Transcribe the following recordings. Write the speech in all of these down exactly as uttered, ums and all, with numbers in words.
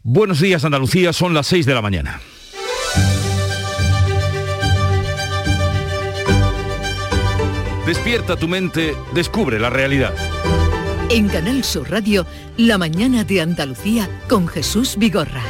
Buenos días, Andalucía, son las seis de la mañana. Despierta tu mente, descubre la realidad. En Canal Sur Radio, La mañana de Andalucía con Jesús Vigorra.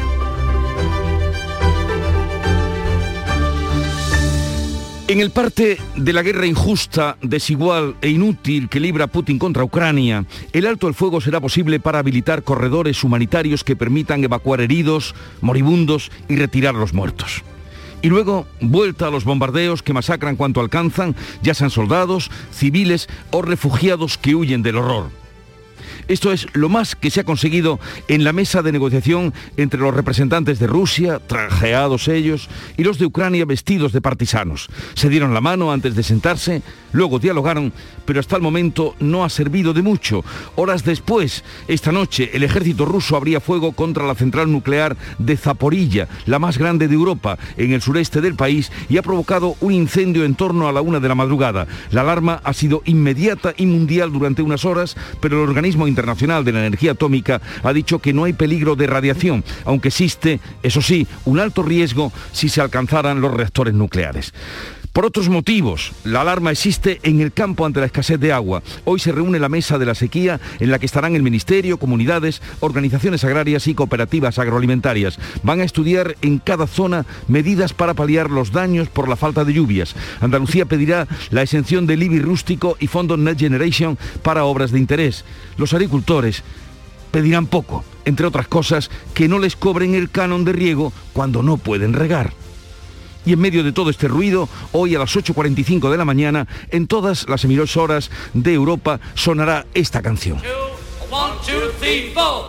En el parte de la guerra injusta, desigual e inútil que libra Putin contra Ucrania, el alto el fuego será posible para habilitar corredores humanitarios que permitan evacuar heridos, moribundos y retirar los muertos. Y luego, vuelta a los bombardeos que masacran cuanto alcanzan, ya sean soldados, civiles o refugiados que huyen del horror. Esto es lo más que se ha conseguido en la mesa de negociación entre los representantes de Rusia, trajeados ellos, y los de Ucrania vestidos de partisanos. Se dieron la mano antes de sentarse, luego dialogaron, pero hasta el momento no ha servido de mucho. Horas después, esta noche, el ejército ruso abría fuego contra la central nuclear de Zaporilla, la más grande de Europa, en el sureste del país, y ha provocado un incendio en torno a la una de la madrugada. La alarma ha sido inmediata y mundial durante unas horas, pero el organismo Internacional de la Energía Atómica ha dicho que no hay peligro de radiación, aunque existe, eso sí, un alto riesgo si se alcanzaran los reactores nucleares. Por otros motivos, la alarma existe en el campo ante la escasez de agua. Hoy se reúne la mesa de la sequía en la que estarán el Ministerio, comunidades, organizaciones agrarias y cooperativas agroalimentarias. Van a estudiar en cada zona medidas para paliar los daños por la falta de lluvias. Andalucía pedirá la exención del I B I rústico y fondos Next Generation para obras de interés. Los agricultores pedirán poco, entre otras cosas, que no les cobren el canon de riego cuando no pueden regar. Y en medio de todo este ruido, hoy a las ocho cuarenta y cinco de la mañana, en todas las emisoras de Europa sonará esta canción. One, two, three, four.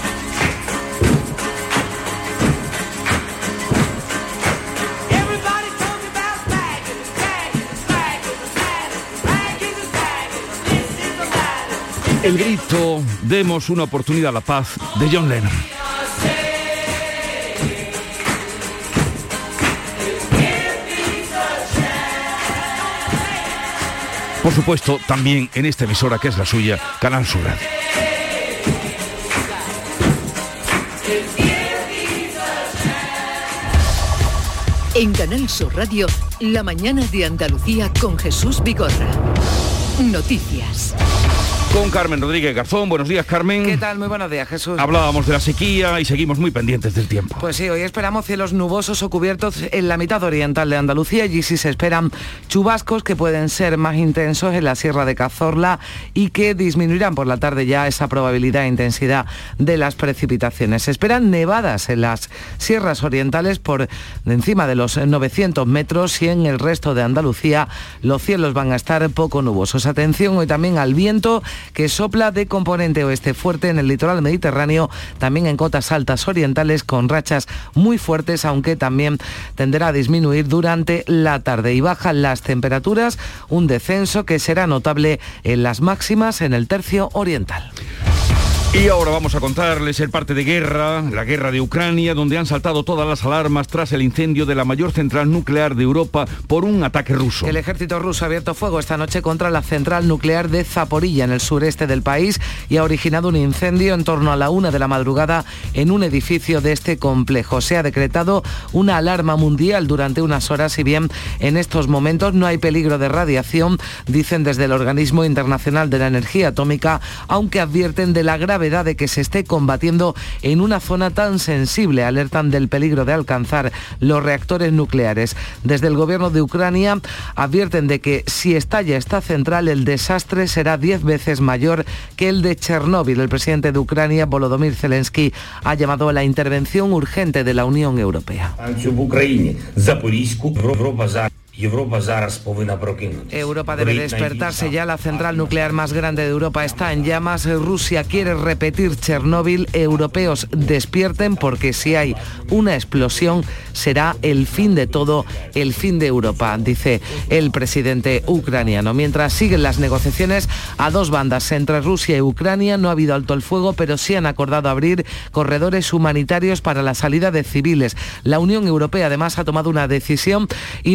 El grito "Demos una oportunidad a la paz" de John Lennon. Por supuesto, también en esta emisora que es la suya, Canal Sur Radio. En Canal Sur Radio, La mañana de Andalucía con Jesús Vigorra. Noticias. Con Carmen Rodríguez Garzón. Buenos días, Carmen. ¿Qué tal? Muy buenos días, Jesús. Hablábamos de la sequía y seguimos muy pendientes del tiempo. Pues sí, hoy esperamos cielos nubosos o cubiertos en la mitad oriental de Andalucía. Allí sí se esperan chubascos que pueden ser más intensos en la Sierra de Cazorla y que disminuirán por la tarde ya esa probabilidad e intensidad de las precipitaciones. Se esperan nevadas en las sierras orientales por encima de los novecientos metros y en el resto de Andalucía los cielos van a estar poco nubosos. Atención hoy también al viento que sopla de componente oeste fuerte en el litoral mediterráneo, también en cotas altas orientales con rachas muy fuertes, aunque también tenderá a disminuir durante la tarde. Y bajan las temperaturas, un descenso que será notable en las máximas en el tercio oriental. Y ahora vamos a contarles el parte de guerra, la guerra de Ucrania, donde han saltado todas las alarmas tras el incendio de la mayor central nuclear de Europa por un ataque ruso. El ejército ruso ha abierto fuego esta noche contra la central nuclear de Zaporilla, en el sureste del país, y ha originado un incendio en torno a la una de la madrugada en un edificio de este complejo. Se ha decretado una alarma mundial durante unas horas, si bien en estos momentos no hay peligro de radiación, dicen desde el Organismo Internacional de la Energía Atómica, aunque advierten de la grave de que se esté combatiendo en una zona tan sensible. Alertan del peligro de alcanzar los reactores nucleares. Desde el gobierno de Ucrania advierten de que si estalla esta central, el desastre será diez veces mayor que el de Chernóbil. El presidente de Ucrania, Volodymyr Zelensky, ha llamado a la intervención urgente de la Unión Europea. Europa debe despertarse ya. La central nuclear más grande de Europa está en llamas. Rusia quiere repetir Chernóbil. Europeos, despierten, porque si hay una explosión será el fin de todo, el fin de Europa, dice el presidente ucraniano. Mientras siguen las negociaciones a dos bandas entre Rusia y Ucrania, no ha habido alto el fuego, pero sí han acordado abrir corredores humanitarios para la salida de civiles. La Unión Europea además ha tomado una decisión inédita hasta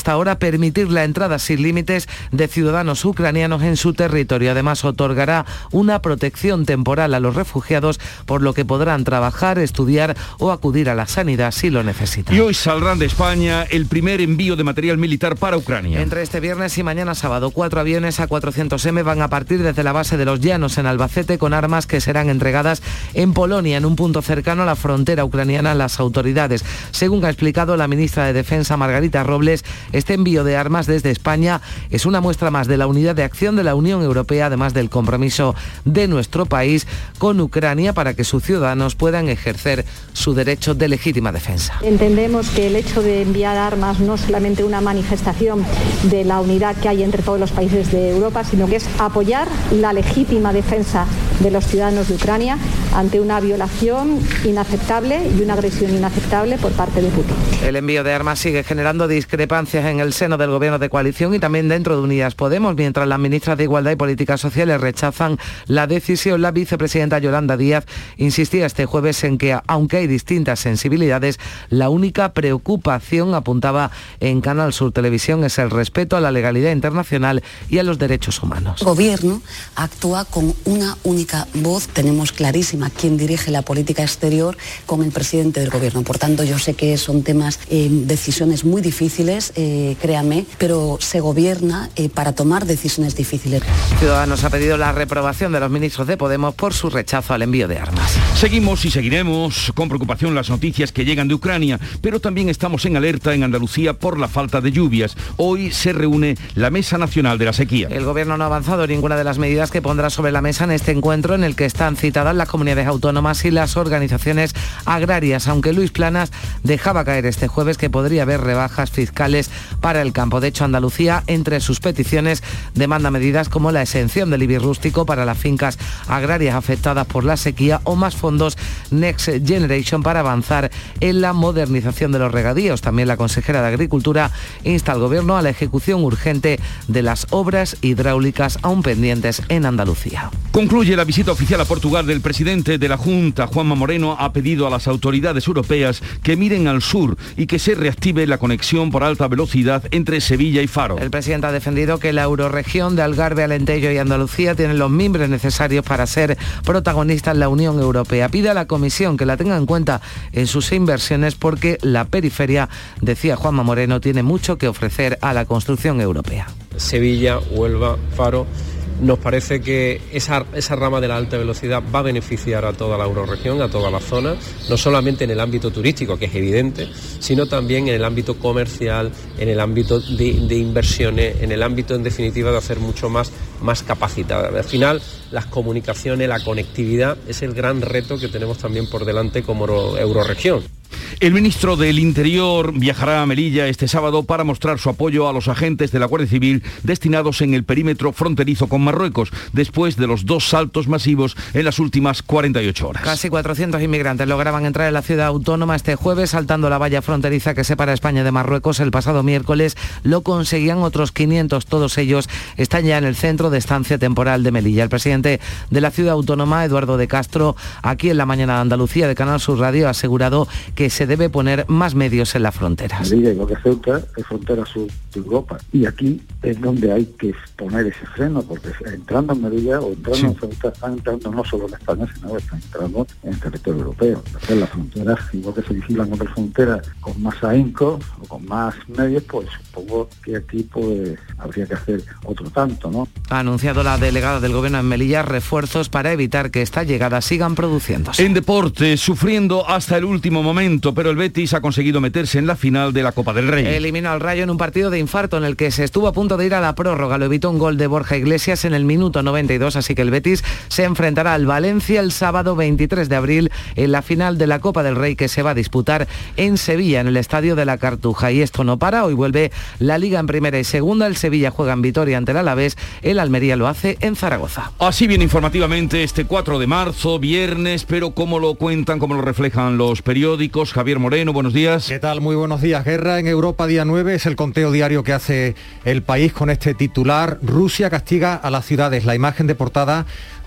hasta ahora permitir la entrada sin límites de ciudadanos ucranianos en su territorio. Además, otorgará una protección temporal a los refugiados, por lo que podrán trabajar, estudiar o acudir a la sanidad si lo necesitan. Y hoy saldrán de España el primer envío de material militar para Ucrania. Entre este viernes y mañana sábado, cuatro aviones A cuatrocientos eme van a partir desde la base de Los Llanos en Albacete con armas que serán entregadas en Polonia, en un punto cercano a la frontera ucraniana, a las autoridades. Según ha explicado la ministra de Defensa, Margarita Robles, este envío de armas desde España es una muestra más de la unidad de acción de la Unión Europea, además del compromiso de nuestro país con Ucrania para que sus ciudadanos puedan ejercer su derecho de legítima defensa. Entendemos que el hecho de enviar armas no es solamente una manifestación de la unidad que hay entre todos los países de Europa, sino que es apoyar la legítima defensa de los ciudadanos de Ucrania ante una violación inaceptable y una agresión inaceptable por parte de Putin. El envío de armas sigue generando discrepancias en el seno del gobierno de coalición y también dentro de Unidas Podemos, mientras las ministras de Igualdad y Políticas Sociales rechazan la decisión. La vicepresidenta Yolanda Díaz insistía este jueves en que, aunque hay distintas sensibilidades, la única preocupación, apuntaba en Canal Sur Televisión, es el respeto a la legalidad internacional y a los derechos humanos. El gobierno actúa con una única voz, tenemos clarísima quién dirige la política exterior con el presidente del gobierno. Por tanto, yo sé que son temas, eh, decisiones muy difíciles, eh, créame, pero se gobierna eh, para tomar decisiones difíciles. Ciudadanos ha pedido la reprobación de los ministros de Podemos por su rechazo al envío de armas. Seguimos y seguiremos con preocupación las noticias que llegan de Ucrania, pero también estamos en alerta en Andalucía por la falta de lluvias. Hoy se reúne la Mesa Nacional de la Sequía. El Gobierno no ha avanzado en ninguna de las medidas que pondrá sobre la mesa en este encuentro, en el que están citadas las comunidades autónomas y las organizaciones agrarias, aunque Luis Planas dejaba caer este jueves que podría haber rebajas fiscales para el campo. De hecho, Andalucía, entre sus peticiones, demanda medidas como la exención del I B I rústico para las fincas agrarias afectadas por la sequía o más fondos Next Generation para avanzar en la modernización de los regadíos. También la consejera de Agricultura insta al Gobierno a la ejecución urgente de las obras hidráulicas aún pendientes en Andalucía. Concluye la visita oficial a Portugal del presidente de la Junta, Juanma Moreno. Ha pedido a las autoridades europeas que miren al sur y que se reactive la conexión por alta velocidad entre Sevilla y Faro. El presidente ha defendido que la eurorregión de Algarve, Alentejo y Andalucía tiene los mimbres necesarios para ser protagonistas en la Unión Europea. Pide a la Comisión que la tenga en cuenta en sus inversiones porque la periferia, decía Juanma Moreno, tiene mucho que ofrecer a la construcción europea. Sevilla, Huelva, Faro. Nos parece que esa, esa rama de la alta velocidad va a beneficiar a toda la eurorregión, a toda la zona, no solamente en el ámbito turístico, que es evidente, sino también en el ámbito comercial, en el ámbito de, de inversiones, en el ámbito, en definitiva, de hacer mucho más, más capacitada. Al final, las comunicaciones, la conectividad, es el gran reto que tenemos también por delante como eurorregión. El ministro del Interior viajará a Melilla este sábado para mostrar su apoyo a los agentes de la Guardia Civil destinados en el perímetro fronterizo con Marruecos, después de los dos saltos masivos en las últimas cuarenta y ocho horas. Casi cuatrocientos inmigrantes lograban entrar en la ciudad autónoma este jueves saltando la valla fronteriza que separa España de Marruecos. El pasado miércoles lo conseguían otros quinientos, todos ellos están ya en el centro de estancia temporal de Melilla. El presidente de la ciudad autónoma, Eduardo de Castro, aquí en La Mañana de Andalucía de Canal Sur Radio, ha asegurado que se debe poner más medios en las fronteras. Melilla, igual que Ceuta, es frontera sur de Europa. Y aquí es donde hay que poner ese freno, porque entrando en Melilla o entrando sí. en Ceuta, están entrando no solo en España, sino que están entrando en el territorio europeo. Entonces las fronteras, igual que se vigilan otras fronteras con más ahínco o con más medios, pues supongo que aquí pues habría que hacer otro tanto, ¿no? Ha anunciado la delegada del Gobierno en Melilla refuerzos para evitar que estas llegadas sigan produciéndose. En deportes, sufriendo hasta el último momento, pero el Betis ha conseguido meterse en la final de la Copa del Rey. Eliminó al Rayo en un partido de infarto en el que se estuvo a punto de ir a la prórroga. Lo evitó un gol de Borja Iglesias en el minuto noventa y dos, así que el Betis se enfrentará al Valencia el sábado veintitrés de abril en la final de la Copa del Rey que se va a disputar en Sevilla, en el Estadio de la Cartuja. Y esto no para, hoy vuelve la Liga en primera y segunda. El Sevilla juega en Vitoria ante el Alavés, el Almería lo hace en Zaragoza. Así viene informativamente este cuatro de marzo, viernes, pero cómo lo cuentan, cómo lo reflejan los periódicos. Javier Moreno, buenos días. ¿Qué tal? Muy buenos días. Guerra en Europa, día nueve, es el conteo diario que hace El País con este titular: Rusia castiga a las ciudades. La imagen de portada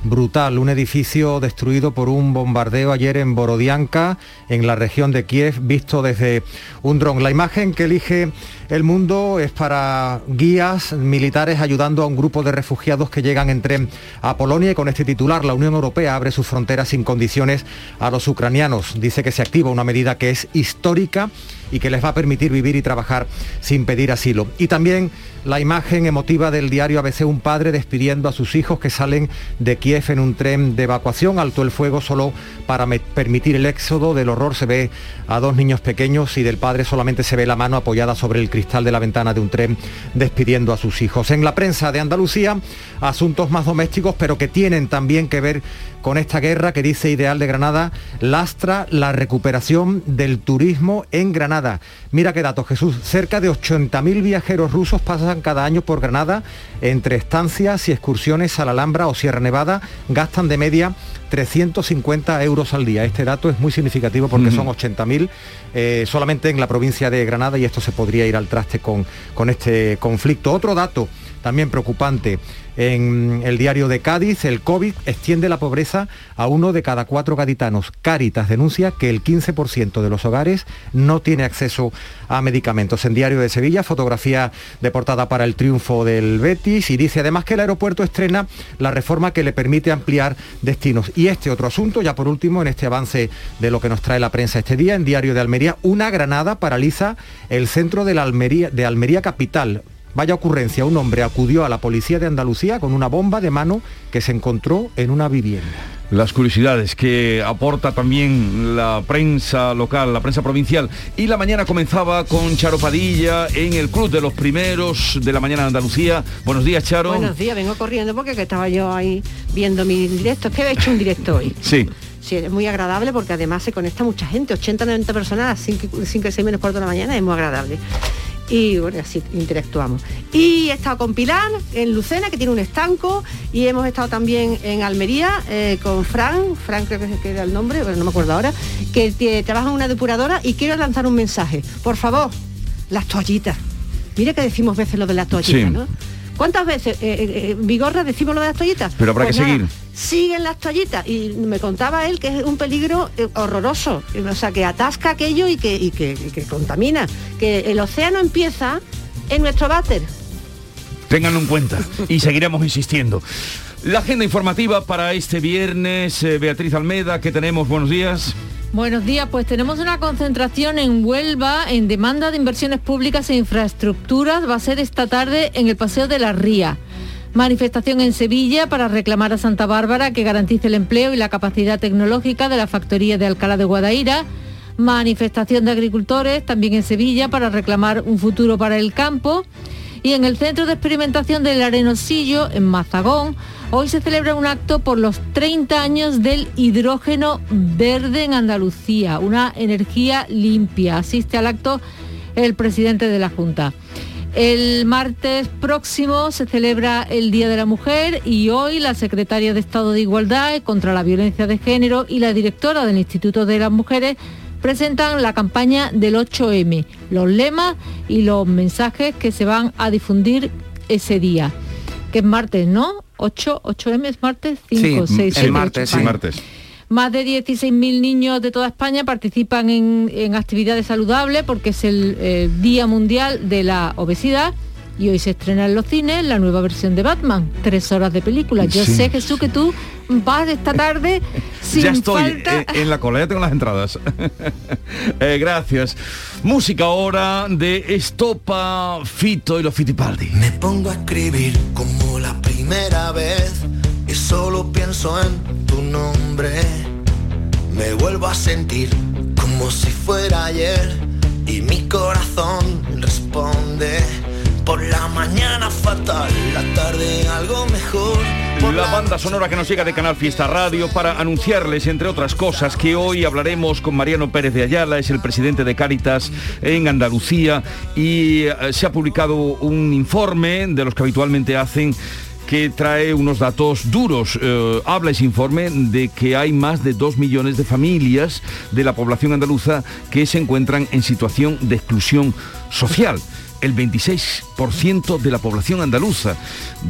brutal. Un edificio destruido por un bombardeo ayer en Borodianka, en la región de Kiev, visto desde un dron. La imagen que elige El Mundo es para guías militares ayudando a un grupo de refugiados que llegan en tren a Polonia, y con este titular: la Unión Europea abre sus fronteras sin condiciones a los ucranianos. Dice que se activa una medida que es histórica y que les va a permitir vivir y trabajar sin pedir asilo. Y también la imagen emotiva del diario A B C, un padre despidiendo a sus hijos que salen de Kiev en un tren de evacuación. Alto el fuego solo para me- permitir el éxodo. Del horror se ve a dos niños pequeños y del padre solamente se ve la mano apoyada sobre el cristal de la ventana de un tren despidiendo a sus hijos. En la prensa de Andalucía, asuntos más domésticos, pero que tienen también que ver con esta guerra, que dice Ideal de Granada: lastra la recuperación del turismo en Granada. Mira qué datos, Jesús. Cerca de ochenta mil viajeros rusos pasan cada año por Granada entre estancias y excursiones a la Alhambra o Sierra Nevada. Gastan de media trescientos cincuenta euros al día. Este dato es muy significativo porque uh-huh. son ochenta mil eh, solamente en la provincia de Granada, y esto se podría ir al traste con, con este conflicto. Otro dato también preocupante en el diario de Cádiz: el COVID extiende la pobreza a uno de cada cuatro gaditanos. Cáritas denuncia que el quince por ciento de los hogares no tiene acceso a medicamentos. En Diario de Sevilla, fotografía de portada para el triunfo del Betis, y dice además que el aeropuerto estrena la reforma que le permite ampliar destinos. Y este otro asunto, ya por último, en este avance de lo que nos trae la prensa este día, en Diario de Almería: una granada paraliza el centro de la Almería, de Almería capital. Vaya ocurrencia, un hombre acudió a la policía de Andalucía con una bomba de mano que se encontró en una vivienda. Las curiosidades que aporta también la prensa local, la prensa provincial. Y la mañana comenzaba con Charo Padilla en el Club de los Primeros de la Mañana de Andalucía. Buenos días, Charo. Buenos días, vengo corriendo porque estaba yo ahí viendo mi directo. Es que he hecho un directo hoy. Sí. Sí, es muy agradable porque además se conecta mucha gente, ochenta, noventa personas, sin que, sin que sea menos cuarto de la mañana, es muy agradable. Y bueno, así interactuamos. Y he estado con Pilar en Lucena, que tiene un estanco, y hemos estado también en Almería eh, con Fran, Fran creo que era el nombre, pero no me acuerdo ahora, que te, trabaja en una depuradora, y quiero lanzar un mensaje. Por favor, las toallitas. Mira que decimos veces lo de las toallitas, sí. ¿no? ¿Cuántas veces, eh, eh, Vigorra, decimos lo de las toallitas? Pero habrá pues que nada, seguir. Siguen las toallitas, y me contaba él que es un peligro eh, horroroso, o sea, que atasca aquello y que, y que, y que contamina, que el océano empieza en nuestro váter. Ténganlo en cuenta y seguiremos insistiendo. La agenda informativa para este viernes, eh, Beatriz Almeda, ¿qué tenemos? Buenos días. Buenos días, pues tenemos una concentración en Huelva en demanda de inversiones públicas e infraestructuras. Va a ser esta tarde en el Paseo de la Ría. Manifestación en Sevilla para reclamar a Santa Bárbara que garantice el empleo y la capacidad tecnológica de la factoría de Alcalá de Guadaira. Manifestación de agricultores también en Sevilla para reclamar un futuro para el campo. Y en el Centro de Experimentación del Arenosillo, en Mazagón, hoy se celebra un acto por los treinta años del hidrógeno verde en Andalucía, una energía limpia. Asiste al acto el presidente de la Junta. El martes próximo se celebra el Día de la Mujer, y hoy la secretaria de Estado de Igualdad contra la Violencia de Género y la directora del Instituto de las Mujeres presentan la campaña del ocho eme, los lemas y los mensajes que se van a difundir ese día, que es martes, ¿no? ocho, ocho eme es martes, cinco, sí, seis, el siete, martes, ocho. sí. martes. Más de dieciséis mil niños de toda España participan en, en actividades saludables porque es el eh, Día Mundial de la Obesidad, y hoy se estrena en los cines la nueva versión de Batman, tres horas de película. Yo sí. sé, Jesús, que tú vas esta tarde sin ya estoy falta... eh, en la cola, ya tengo las entradas. eh, gracias. Música ahora de Estopa, Fito y los Fitipaldi. Me pongo a escribir como la primera vez y solo pienso en tu nombre. Me vuelvo a sentir como si fuera ayer y mi corazón responde. Por la mañana fatal, la tarde algo mejor. La banda sonora que nos llega de Canal Fiesta Radio para anunciarles, entre otras cosas, que hoy hablaremos con Mariano Pérez de Ayala, es el presidente de Cáritas en Andalucía, y se ha publicado un informe de los que habitualmente hacen, que trae unos datos duros. Eh, habla ese informe de que hay más de dos millones de familias de la población andaluza que se encuentran en situación de exclusión social. El veintiséis por ciento de la población andaluza.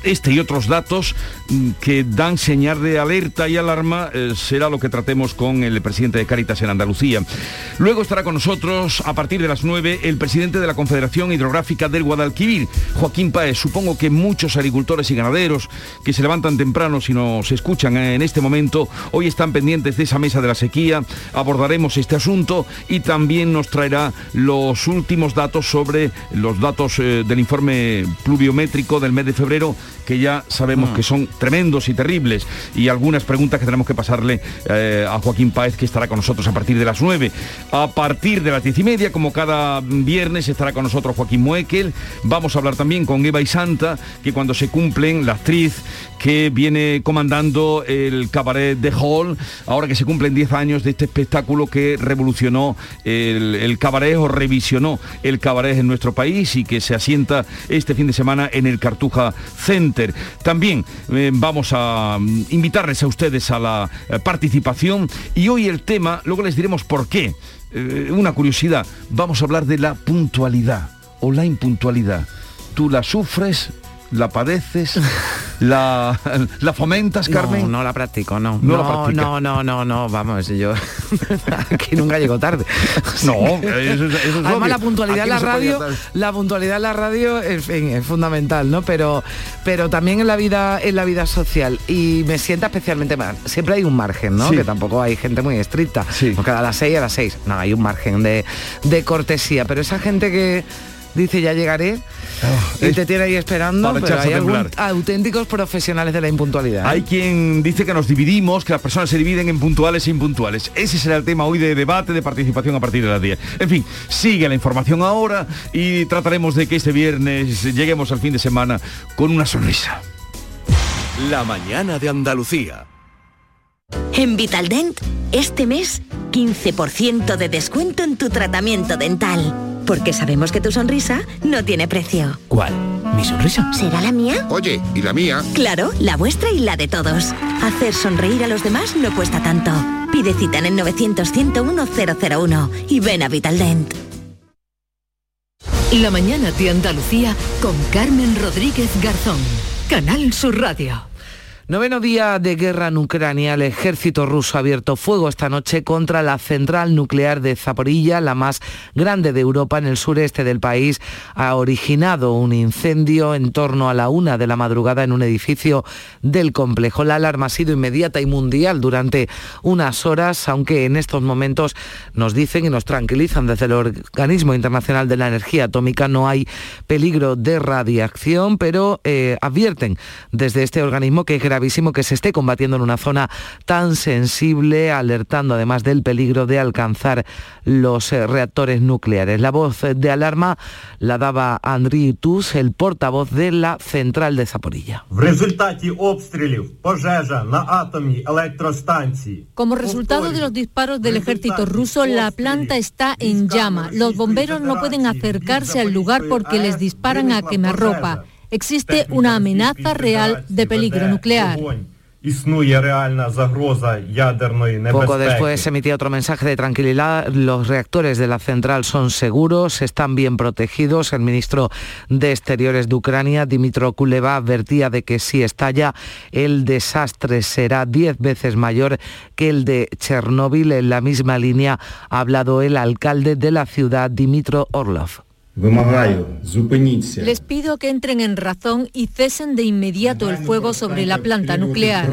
este y otros datos que dan señal de alerta y alarma eh, será lo que tratemos con el presidente de Cáritas en Andalucía. Luego estará con nosotros a partir de las nueve el presidente de la Confederación Hidrográfica del Guadalquivir, Joaquín Páez. Supongo que muchos agricultores y ganaderos que se levantan temprano, si nos escuchan en este momento, hoy están pendientes de esa mesa de la sequía. Abordaremos este asunto y también nos traerá los últimos datos sobre los datos eh, del informe pluviométrico del mes de febrero, que ya sabemos mm. que son tremendos y terribles, y algunas preguntas que tenemos que pasarle eh, a Joaquín Páez, que estará con nosotros a partir de las nueve. A partir de las diez y media, como cada viernes, estará con nosotros Joaquín Moekel. Vamos a hablar también con Eva y Santa, que cuando se cumplen, la actriz que viene comandando el cabaret de Hall, ahora que se cumplen diez años de este espectáculo que revolucionó el, el cabaret o revisionó el cabaret en nuestro país y que se asienta este fin de semana en el Cartuja Center. También eh, vamos a invitarles a ustedes a la eh, participación, y hoy el tema, luego les diremos por qué, eh, una curiosidad, vamos a hablar de la puntualidad o la impuntualidad. ¿Tú la sufres? ¿La padeces? ¿La, la fomentas, Carmen? No, no la practico, no. No, no, la practica. no, no, no, no, vamos, yo aquí nunca llego tarde. No, eso, eso es además obvio. la puntualidad en la no radio, la puntualidad en la radio en fin, es fundamental, ¿no? Pero, pero también en la vida, en la vida social, y me sienta especialmente mal. Siempre hay un margen, ¿no? Sí. Que tampoco hay gente muy estricta. Sí. Porque a las seis, a las seis, no, hay un margen de, de cortesía. Pero esa gente que dice ya llegaré oh, y te tiene ahí esperando, pero hay algún, auténticos profesionales de la impuntualidad, ¿eh? Hay quien dice que nos dividimos, que las personas se dividen en puntuales e impuntuales. Ese será el tema hoy de debate, de participación a partir de las diez. En fin, sigue la información ahora y trataremos de que este viernes lleguemos al fin de semana con una sonrisa. La mañana de Andalucía. En Vitaldent, este mes, quince por ciento de descuento en tu tratamiento dental. Porque sabemos que tu sonrisa no tiene precio. ¿Cuál? ¿Mi sonrisa? ¿Será la mía? Oye, ¿y la mía? Claro, la vuestra y la de todos. Hacer sonreír a los demás no cuesta tanto. Pide cita en el novecientos, ciento uno, cero cero uno y ven a Vitaldent. La mañana de Andalucía con Carmen Rodríguez Garzón. Canal Sur Radio. Noveno día de guerra en Ucrania. El ejército ruso ha abierto fuego esta noche contra la central nuclear de Zaporilla, la más grande de Europa, en el sureste del país. Ha originado un incendio en torno a la una de la madrugada en un edificio del complejo. La alarma ha sido inmediata y mundial durante unas horas, aunque en estos momentos nos dicen y nos tranquilizan desde el Organismo Internacional de la Energía Atómica no hay peligro de radiación, pero eh, advierten desde este organismo que es gravísimo que se esté combatiendo en una zona tan sensible, alertando además del peligro de alcanzar los eh, reactores nucleares. La voz de alarma la daba Andriy Tus, el portavoz de la central de Zaporilla. Como resultado de los disparos del ejército ruso, la planta está en llama. Los bomberos no pueden acercarse al lugar porque les disparan a quemarropa. Existe una amenaza real de peligro nuclear. Poco después se emitía otro mensaje de tranquilidad. Los reactores de la central son seguros, están bien protegidos. El ministro de Exteriores de Ucrania, Dmytro Kuleba, advertía de que si estalla, el desastre será diez veces mayor que el de Chernóbil. En la misma línea ha hablado el alcalde de la ciudad, Dmytro Orlov. Les pido que entren en razón y cesen de inmediato el fuego sobre la planta nuclear.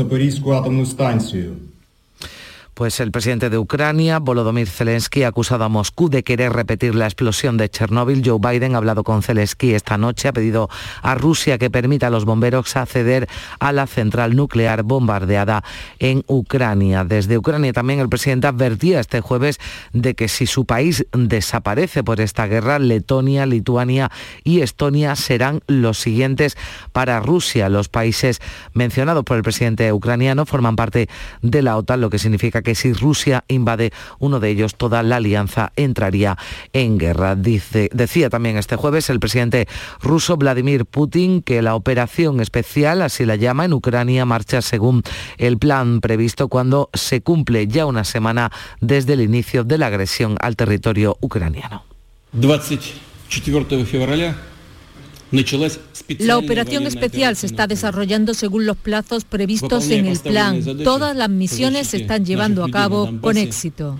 Pues el presidente de Ucrania, Volodymyr Zelensky, ha acusado a Moscú de querer repetir la explosión de Chernóbil. Joe Biden ha hablado con Zelensky esta noche, ha pedido a Rusia que permita a los bomberos acceder a la central nuclear bombardeada en Ucrania. Desde Ucrania también el presidente advertía este jueves de que si su país desaparece por esta guerra, Letonia, Lituania y Estonia serán los siguientes para Rusia. Los países mencionados por el presidente ucraniano forman parte de la OTAN, lo que significa que si Rusia invade uno de ellos, toda la alianza entraría en guerra. Dice, decía también este jueves el presidente ruso Vladimir Putin que la operación especial, así la llama, en Ucrania marcha según el plan previsto cuando se cumple ya una semana desde el inicio de la agresión al territorio ucraniano. двадцать четвёртого февраля La operación especial se está desarrollando según los plazos previstos en el plan. Todas las misiones se están llevando a cabo con éxito.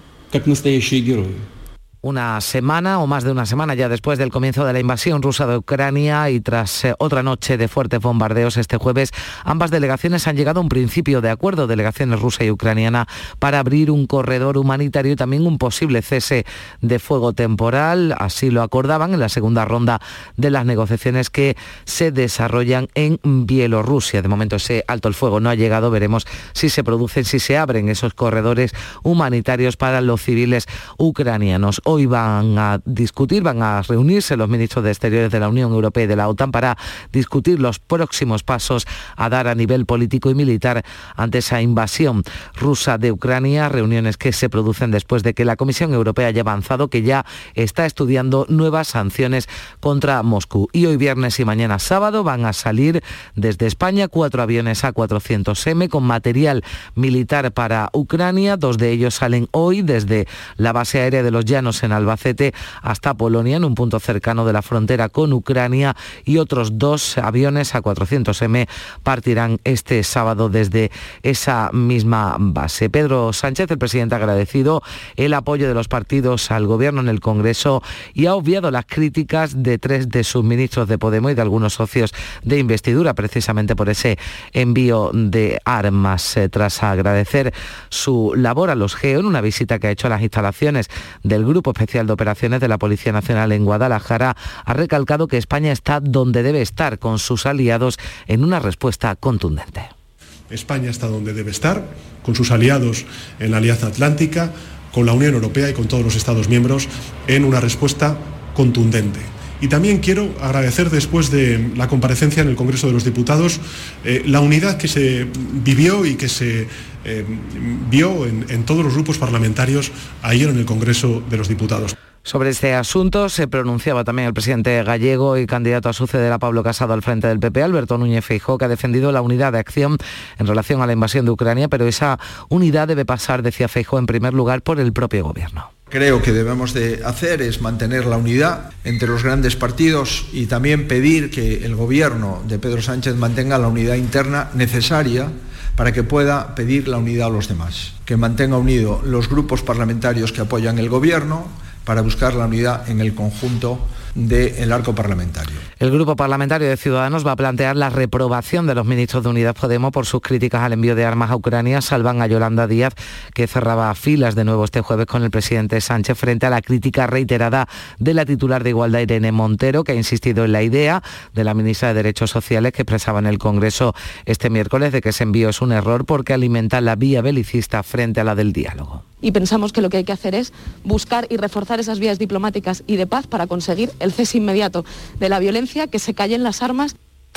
Una semana o más de una semana ya después del comienzo de la invasión rusa de Ucrania y tras eh, otra noche de fuertes bombardeos este jueves, ambas delegaciones han llegado a un principio de acuerdo, delegaciones rusa y ucraniana, para abrir un corredor humanitario y también un posible cese de fuego temporal. Así lo acordaban en la segunda ronda de las negociaciones que se desarrollan en Bielorrusia. De momento ese alto el fuego no ha llegado, veremos si se producen, si se abren esos corredores humanitarios para los civiles ucranianos. Hoy van a discutir, van a reunirse los ministros de Exteriores de la Unión Europea y de la OTAN para discutir los próximos pasos a dar a nivel político y militar ante esa invasión rusa de Ucrania, reuniones que se producen después de que la Comisión Europea haya avanzado que ya está estudiando nuevas sanciones contra Moscú. Y hoy viernes y mañana sábado van a salir desde España cuatro aviones A cuatrocientos eme con material militar para Ucrania. Dos de ellos salen hoy desde la base aérea de los Llanos en Albacete hasta Polonia, en un punto cercano de la frontera con Ucrania, y otros dos aviones A cuatrocientos eme partirán este sábado desde esa misma base. Pedro Sánchez, el presidente, ha agradecido el apoyo de los partidos al gobierno en el Congreso y ha obviado las críticas de tres de sus ministros de Podemos y de algunos socios de investidura, precisamente por ese envío de armas. Eh, tras agradecer su labor a los GEO en una visita que ha hecho a las instalaciones del Grupo Especial de Operaciones de la Policía Nacional en Guadalajara, ha recalcado que España está donde debe estar con sus aliados en una respuesta contundente. España está donde debe estar, con sus aliados en la Alianza Atlántica, con la Unión Europea y con todos los Estados miembros en una respuesta contundente. Y también quiero agradecer, después de la comparecencia en el Congreso de los Diputados, eh, la unidad que se vivió y que se eh, vio en, en todos los grupos parlamentarios ayer en el Congreso de los Diputados. Sobre este asunto se pronunciaba también el presidente gallego y candidato a suceder a Pablo Casado al frente del P P, Alberto Núñez Feijóo, que ha defendido la unidad de acción en relación a la invasión de Ucrania, pero esa unidad debe pasar, decía Feijóo, en primer lugar por el propio gobierno. Creo que debemos de hacer es mantener la unidad entre los grandes partidos y también pedir que el gobierno de Pedro Sánchez mantenga la unidad interna necesaria para que pueda pedir la unidad a los demás, que mantenga unidos los grupos parlamentarios que apoyan el gobierno para buscar la unidad en el conjunto del arco parlamentario. El Grupo Parlamentario de Ciudadanos va a plantear la reprobación de los ministros de Unidas Podemos por sus críticas al envío de armas a Ucrania. Salvan a Yolanda Díaz, que cerraba filas de nuevo este jueves con el presidente Sánchez frente a la crítica reiterada de la titular de Igualdad, Irene Montero, que ha insistido en la idea de la ministra de Derechos Sociales, que expresaba en el Congreso este miércoles, de que ese envío es un error porque alimenta la vía belicista frente a la del diálogo. Y pensamos que lo que hay que hacer es buscar y reforzar esas vías diplomáticas y de paz para conseguir el cese inmediato de la violencia, que se callen las armas.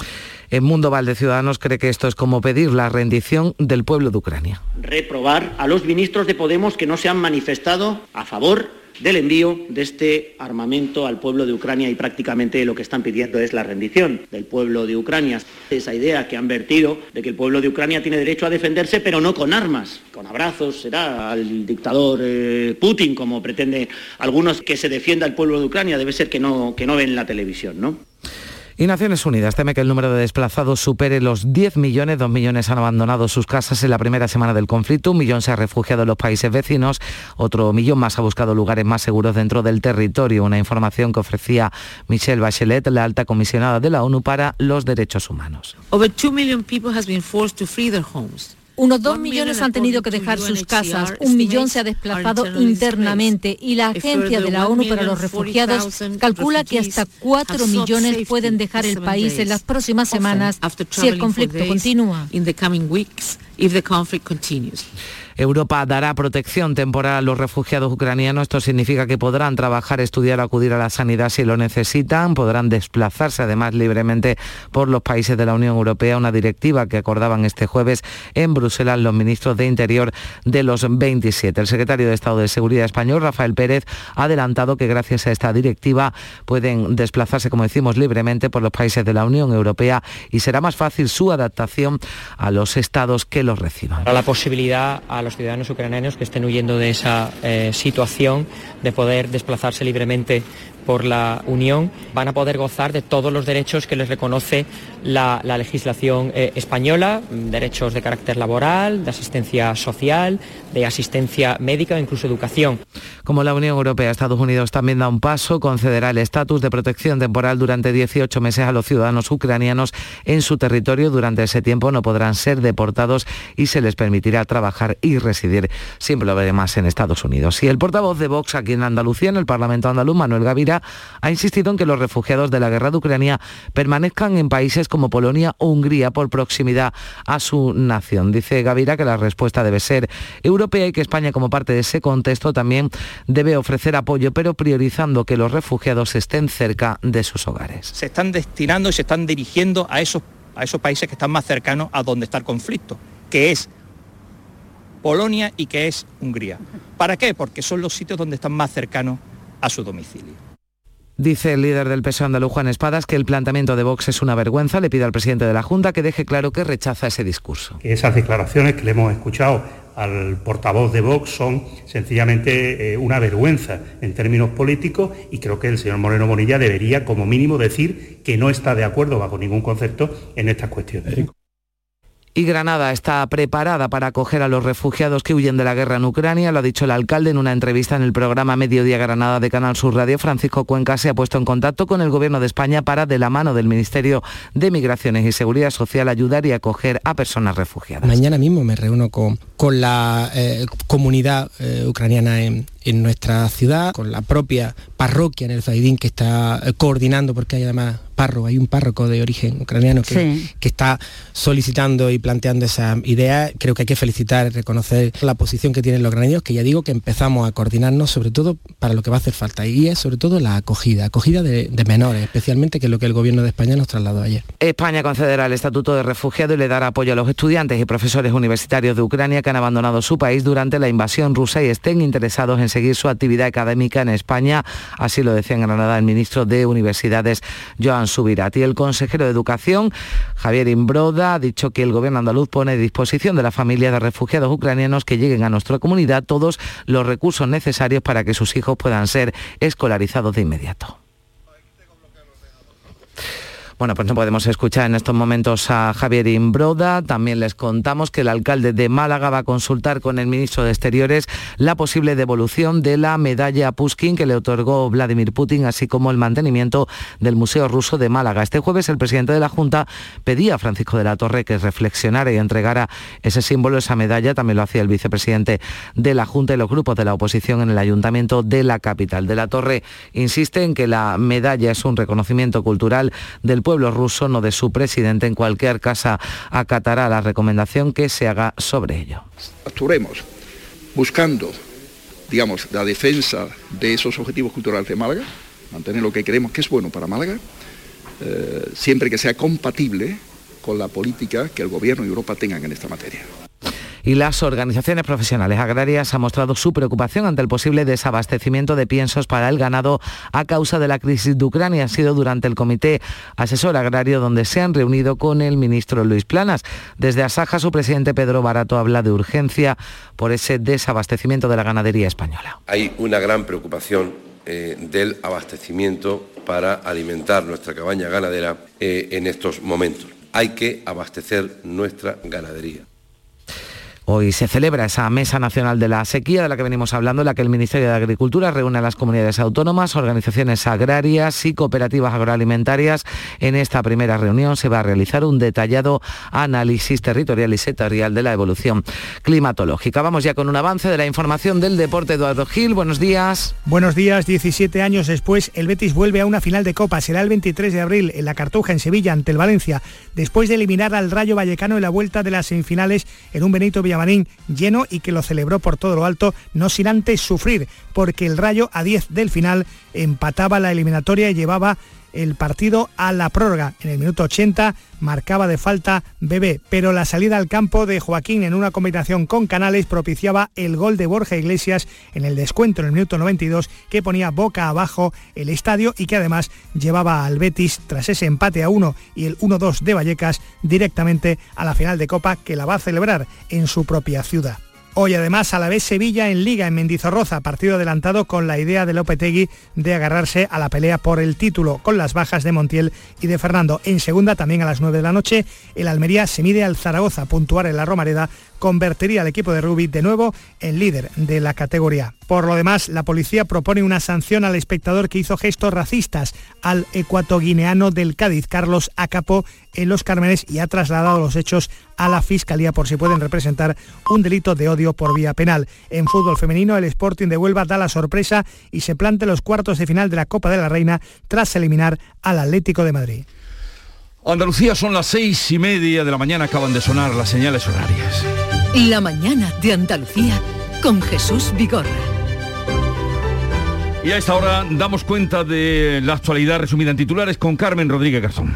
El Mundo Valde Ciudadanos cree que esto es como pedir la rendición del pueblo de Ucrania. Reprobar a los ministros de Podemos que no se han manifestado a favor del envío de este armamento al pueblo de Ucrania, y prácticamente lo que están pidiendo es la rendición del pueblo de Ucrania. Esa idea que han vertido de que el pueblo de Ucrania tiene derecho a defenderse, pero no con armas, con abrazos, será al dictador eh, Putin, como pretende algunos, que se defienda al pueblo de Ucrania. Debe ser que no, que no ven la televisión, ¿no? Y Naciones Unidas teme que el número de desplazados supere los diez millones. Dos millones han abandonado sus casas en la primera semana del conflicto. Un millón se ha refugiado en los países vecinos. Otro millón más ha buscado lugares más seguros dentro del territorio. Una información que ofrecía Michelle Bachelet, la alta comisionada de la ONU para los Derechos Humanos. Over two million people has been forced to flee their homes. Unos dos millones han tenido que dejar sus casas, un millón se ha desplazado internamente y la Agencia de la ONU para los Refugiados calcula que hasta cuatro millones pueden dejar el país en las próximas semanas si el conflicto continúa. Europa dará protección temporal a los refugiados ucranianos. Esto significa que podrán trabajar, estudiar o acudir a la sanidad si lo necesitan. Podrán desplazarse además libremente por los países de la Unión Europea, una directiva que acordaban este jueves en Bruselas los ministros de Interior de los veintisiete. El secretario de Estado de Seguridad español, Rafael Pérez, ha adelantado que gracias a esta directiva pueden desplazarse, como decimos, libremente por los países de la Unión Europea y será más fácil su adaptación a los estados que los reciban. La posibilidad a los ciudadanos ucranianos que estén huyendo de esa eh, situación de poder desplazarse libremente por la Unión, van a poder gozar de todos los derechos que les reconoce la, la legislación eh, española, derechos de carácter laboral, de asistencia social, de asistencia médica o incluso educación. Como la Unión Europea, Estados Unidos también da un paso, concederá el estatus de protección temporal durante dieciocho meses a los ciudadanos ucranianos en su territorio. Durante ese tiempo no podrán ser deportados y se les permitirá trabajar y residir sin problemas en Estados Unidos. Y el portavoz de Vox aquí en Andalucía, en el Parlamento andaluz, Manuel Gavira, ha insistido en que los refugiados de la guerra de Ucrania permanezcan en países como Polonia o Hungría por proximidad a su nación. Dice Gavira que la respuesta debe ser europea y que España, como parte de ese contexto, también debe ofrecer apoyo, pero priorizando que los refugiados estén cerca de sus hogares. Se están destinando y se están dirigiendo a esos, a esos países que están más cercanos a donde está el conflicto, que es Polonia y que es Hungría. ¿Para qué? Porque son los sitios donde están más cercanos a su domicilio. Dice el líder del P S O E andaluz, Juan Espadas, que el planteamiento de Vox es una vergüenza. Le pide al presidente de la Junta que deje claro que rechaza ese discurso. Esas declaraciones que le hemos escuchado al portavoz de Vox son sencillamente eh, una vergüenza en términos políticos, y creo que el señor Moreno Bonilla debería como mínimo decir que no está de acuerdo bajo ningún concepto en estas cuestiones. Y Granada está preparada para acoger a los refugiados que huyen de la guerra en Ucrania. Lo ha dicho el alcalde en una entrevista en el programa Mediodía Granada de Canal Sur Radio. Francisco Cuenca se ha puesto en contacto con el Gobierno de España para, de la mano del Ministerio de Migraciones y Seguridad Social, ayudar y acoger a personas refugiadas. Mañana mismo me reúno con, con la eh, comunidad eh, ucraniana en, en nuestra ciudad, con la propia parroquia en el Zaidín, que está eh, coordinando, porque hay además párroco, hay un párroco de origen ucraniano que, sí. que está solicitando y planteando esa idea. Creo que hay que felicitar y reconocer la posición que tienen los ucranianos, que ya digo que empezamos a coordinarnos sobre todo para lo que va a hacer falta, y es sobre todo la acogida, acogida de, de menores, especialmente, que es lo que el Gobierno de España nos trasladó ayer. España concederá el estatuto de refugiado y le dará apoyo a los estudiantes y profesores universitarios de Ucrania que han abandonado su país durante la invasión rusa y estén interesados en seguir su actividad académica en España. Así lo decía en Granada el ministro de Universidades, Joan Subirats. Y el consejero de Educación, Javier Imbroda, ha dicho que el Gobierno andaluz pone a disposición de las familias de refugiados ucranianos que lleguen a nuestra comunidad todos los recursos necesarios para que sus hijos puedan ser escolarizados de inmediato. Bueno, pues no podemos escuchar en estos momentos a Javier Imbroda. También les contamos que el alcalde de Málaga va a consultar con el ministro de Exteriores la posible devolución de la medalla Pushkin que le otorgó Vladimir Putin, así como el mantenimiento del Museo Ruso de Málaga. Este jueves el presidente de la Junta pedía a Francisco de la Torre que reflexionara y entregara ese símbolo, esa medalla. También lo hacía el vicepresidente de la Junta y los grupos de la oposición en el Ayuntamiento de la capital. De la Torre insiste en que la medalla es un reconocimiento cultural del pueblo ruso, no de su presidente. En cualquier caso, acatará la recomendación que se haga sobre ello. Actuaremos buscando, digamos, la defensa de esos objetivos culturales de Málaga, mantener lo que creemos que es bueno para Málaga, eh, siempre que sea compatible con la política que el Gobierno y Europa tengan en esta materia. Y las organizaciones profesionales agrarias han mostrado su preocupación ante el posible desabastecimiento de piensos para el ganado a causa de la crisis de Ucrania. Ha sido durante el Comité Asesor Agrario donde se han reunido con el ministro Luis Planas. Desde Asaja, su presidente Pedro Barato habla de urgencia por ese desabastecimiento de la ganadería española. Hay una gran preocupación eh, del abastecimiento para alimentar nuestra cabaña ganadera eh, en estos momentos. Hay que abastecer nuestra ganadería. Hoy se celebra esa Mesa Nacional de la Sequía de la que venimos hablando, en la que el Ministerio de Agricultura reúne a las comunidades autónomas, organizaciones agrarias y cooperativas agroalimentarias. En esta primera reunión se va a realizar un detallado análisis territorial y sectorial de la evolución climatológica. Vamos ya con un avance de la información del deporte. Eduardo Gil, buenos días. Buenos días. diecisiete años después, el Betis vuelve a una final de Copa. Será el veintitrés de abril en la Cartuja, en Sevilla, ante el Valencia, después de eliminar al Rayo Vallecano en la vuelta de las semifinales en un Benito Villamarín lleno y que lo celebró por todo lo alto, no sin antes sufrir, porque el Rayo a diez del final empataba la eliminatoria y llevaba el partido a la prórroga. En el minuto ochenta marcaba de falta Bebé, pero la salida al campo de Joaquín en una combinación con Canales propiciaba el gol de Borja Iglesias en el descuento en el minuto noventa y dos, que ponía boca abajo el estadio y que además llevaba al Betis, tras ese empate a uno y el uno dos de Vallecas, directamente a la final de Copa, que la va a celebrar en su propia ciudad. Hoy además Alavés-Sevilla en Liga en Mendizorroza, partido adelantado con la idea de Lopetegui de agarrarse a la pelea por el título, con las bajas de Montiel y de Fernando. En segunda, también a las nueve de la noche, el Almería se mide al Zaragoza. Puntuar en la Romareda convertiría al equipo de rugby de nuevo en líder de la categoría. Por lo demás, la policía propone una sanción al espectador que hizo gestos racistas al ecuatoguineano del Cádiz, Carlos Acapo, en Los Cármenes, y ha trasladado los hechos a la Fiscalía por si pueden representar un delito de odio por vía penal. En fútbol femenino, el Sporting de Huelva da la sorpresa y se planta en los cuartos de final de la Copa de la Reina tras eliminar al Atlético de Madrid. Andalucía, son las seis y media de la mañana, acaban de sonar las señales horarias. La mañana de Andalucía con Jesús Vigorra. Y a esta hora damos cuenta de la actualidad resumida en titulares con Carmen Rodríguez Garzón.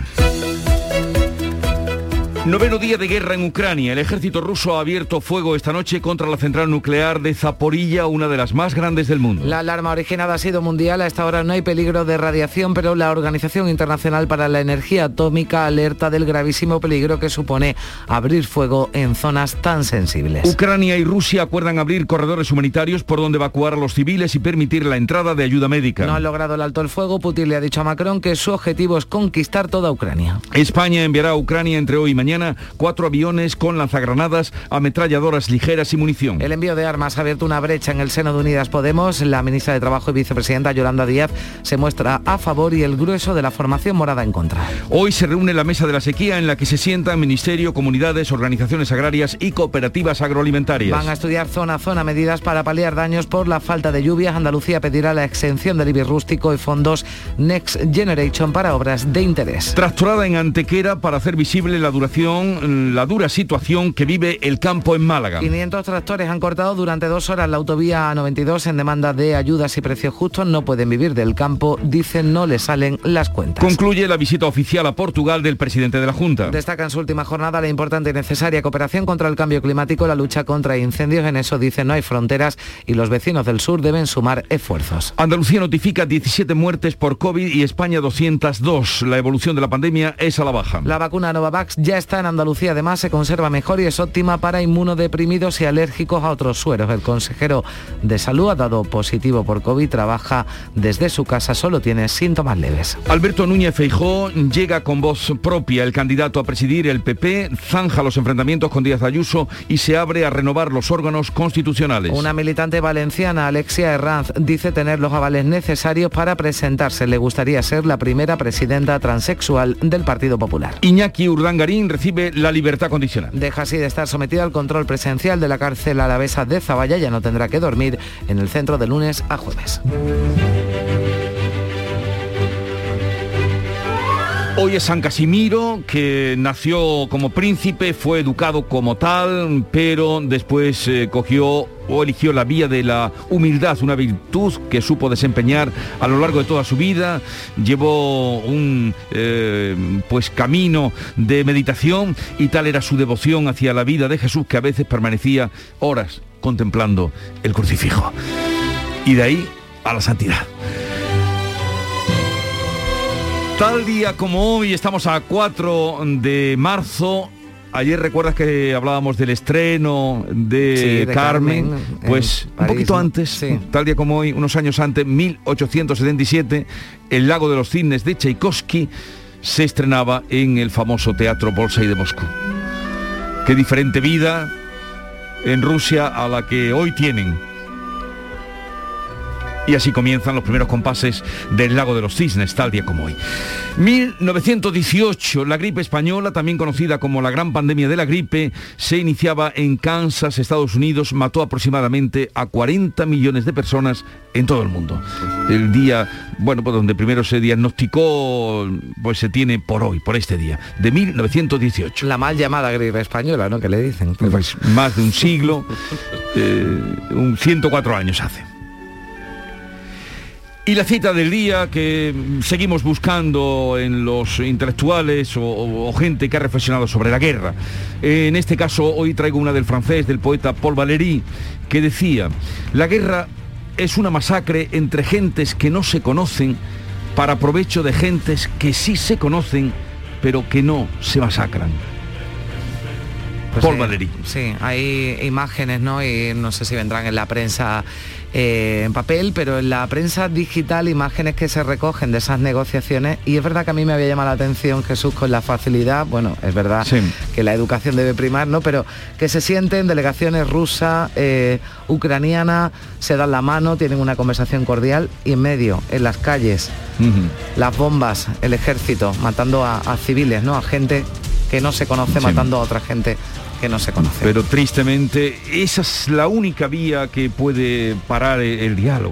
Noveno día de guerra en Ucrania. El ejército ruso ha abierto fuego esta noche contra la central nuclear de Zaporilla, una de las más grandes del mundo. La alarma originada ha sido mundial. A esta hora no hay peligro de radiación, pero la Organización Internacional para la Energía Atómica alerta del gravísimo peligro que supone abrir fuego en zonas tan sensibles. Ucrania y Rusia acuerdan abrir corredores humanitarios por donde evacuar a los civiles y permitir la entrada de ayuda médica. No han logrado el alto el fuego. Putin le ha dicho a Macron que su objetivo es conquistar toda Ucrania. España enviará a Ucrania entre hoy y mañana cuatro aviones con lanzagranadas, ametralladoras ligeras y munición. El envío de armas ha abierto una brecha en el seno de Unidas Podemos. La ministra de Trabajo y vicepresidenta Yolanda Díaz se muestra a favor y el grueso de la formación morada en contra. Hoy se reúne la mesa de la sequía en la que se sientan ministerio, comunidades, organizaciones agrarias y cooperativas agroalimentarias. Van a estudiar zona a zona medidas para paliar daños por la falta de lluvias. Andalucía pedirá la exención del I B I rústico y fondos Next Generation para obras de interés. Tractorada en Antequera para hacer visible la duración la dura situación que vive el campo en Málaga. quinientos tractores han cortado durante dos horas la autovía A noventa y dos en demanda de ayudas y precios justos. No pueden vivir del campo, dicen, no les salen las cuentas. Concluye la visita oficial a Portugal del presidente de la Junta. Destaca en su última jornada la importante y necesaria cooperación contra el cambio climático, la lucha contra incendios. En eso, dicen, no hay fronteras y los vecinos del sur deben sumar esfuerzos. Andalucía notifica diecisiete muertes por COVID y España doscientas dos. La evolución de la pandemia es a la baja. La vacuna Novavax ya está en Andalucía, además se conserva mejor y es óptima para inmunodeprimidos y alérgicos a otros sueros. El consejero de Salud ha dado positivo por COVID, trabaja desde su casa, solo tiene síntomas leves. Alberto Núñez Feijóo llega con voz propia. El candidato a presidir el P P zanja los enfrentamientos con Díaz Ayuso y se abre a renovar los órganos constitucionales. Una militante valenciana, Alexia Herranz, dice tener los avales necesarios para presentarse. Le gustaría ser la primera presidenta transexual del Partido Popular. Iñaki Urdangarín recibe la libertad condicional. Deja así de estar sometida al control presencial de la cárcel alavesa de Zaballa. Ya no tendrá que dormir en el centro de lunes a jueves. Hoy es San Casimiro, que nació como príncipe, fue educado como tal, pero después eh, cogió o eligió la vía de la humildad, una virtud que supo desempeñar a lo largo de toda su vida. Llevó un eh, pues camino de meditación y tal era su devoción hacia la vida de Jesús que a veces permanecía horas contemplando el crucifijo. Y de ahí a la santidad. Tal día como hoy, estamos a cuatro de marzo. Ayer recuerdas que hablábamos del estreno de, sí, de Carmen, Carmen, pues un París, poquito ¿no? antes, Sí. tal día como hoy, unos años antes, mil ochocientos setenta y siete, El lago de los cisnes de Tchaikovsky se estrenaba en el famoso Teatro Bolshoi de Moscú. Qué diferente vida en Rusia a la que hoy tienen. Y así comienzan los primeros compases del Lago de los Cisnes, tal día como hoy. mil novecientos dieciocho, la gripe española, también conocida como la gran pandemia de la gripe, se iniciaba en Kansas, Estados Unidos, mató aproximadamente a cuarenta millones de personas en todo el mundo. El día, bueno, pues donde primero se diagnosticó, pues se tiene por hoy, por este día, de mil novecientos dieciocho. La mal llamada gripe española, ¿no? Que le dicen. Pues más de un siglo, eh, un ciento cuatro años hace. Y la cita del día que seguimos buscando en los intelectuales o, o, o gente que ha reflexionado sobre la guerra. En este caso hoy traigo una del francés, del poeta Paul Valéry, que decía: la guerra es una masacre entre gentes que no se conocen para provecho de gentes que sí se conocen pero que no se masacran. Pues Paul sí, Valéry. Sí, hay imágenes, ¿no? Y no sé si vendrán en la prensa eh, en papel, pero en la prensa digital, imágenes que se recogen de esas negociaciones. Y es verdad que a mí me había llamado la atención, Jesús, con la facilidad, bueno, es verdad sí. que la educación debe primar, ¿no? Pero que se sienten delegaciones rusas, eh, ucranianas, se dan la mano, tienen una conversación cordial y en medio, en las calles, uh-huh. las bombas, el ejército, matando a, a civiles, ¿no? A gente que no se conoce, sí. matando a otra gente que no se conoce. Pero tristemente esa es la única vía que puede parar el, el diálogo.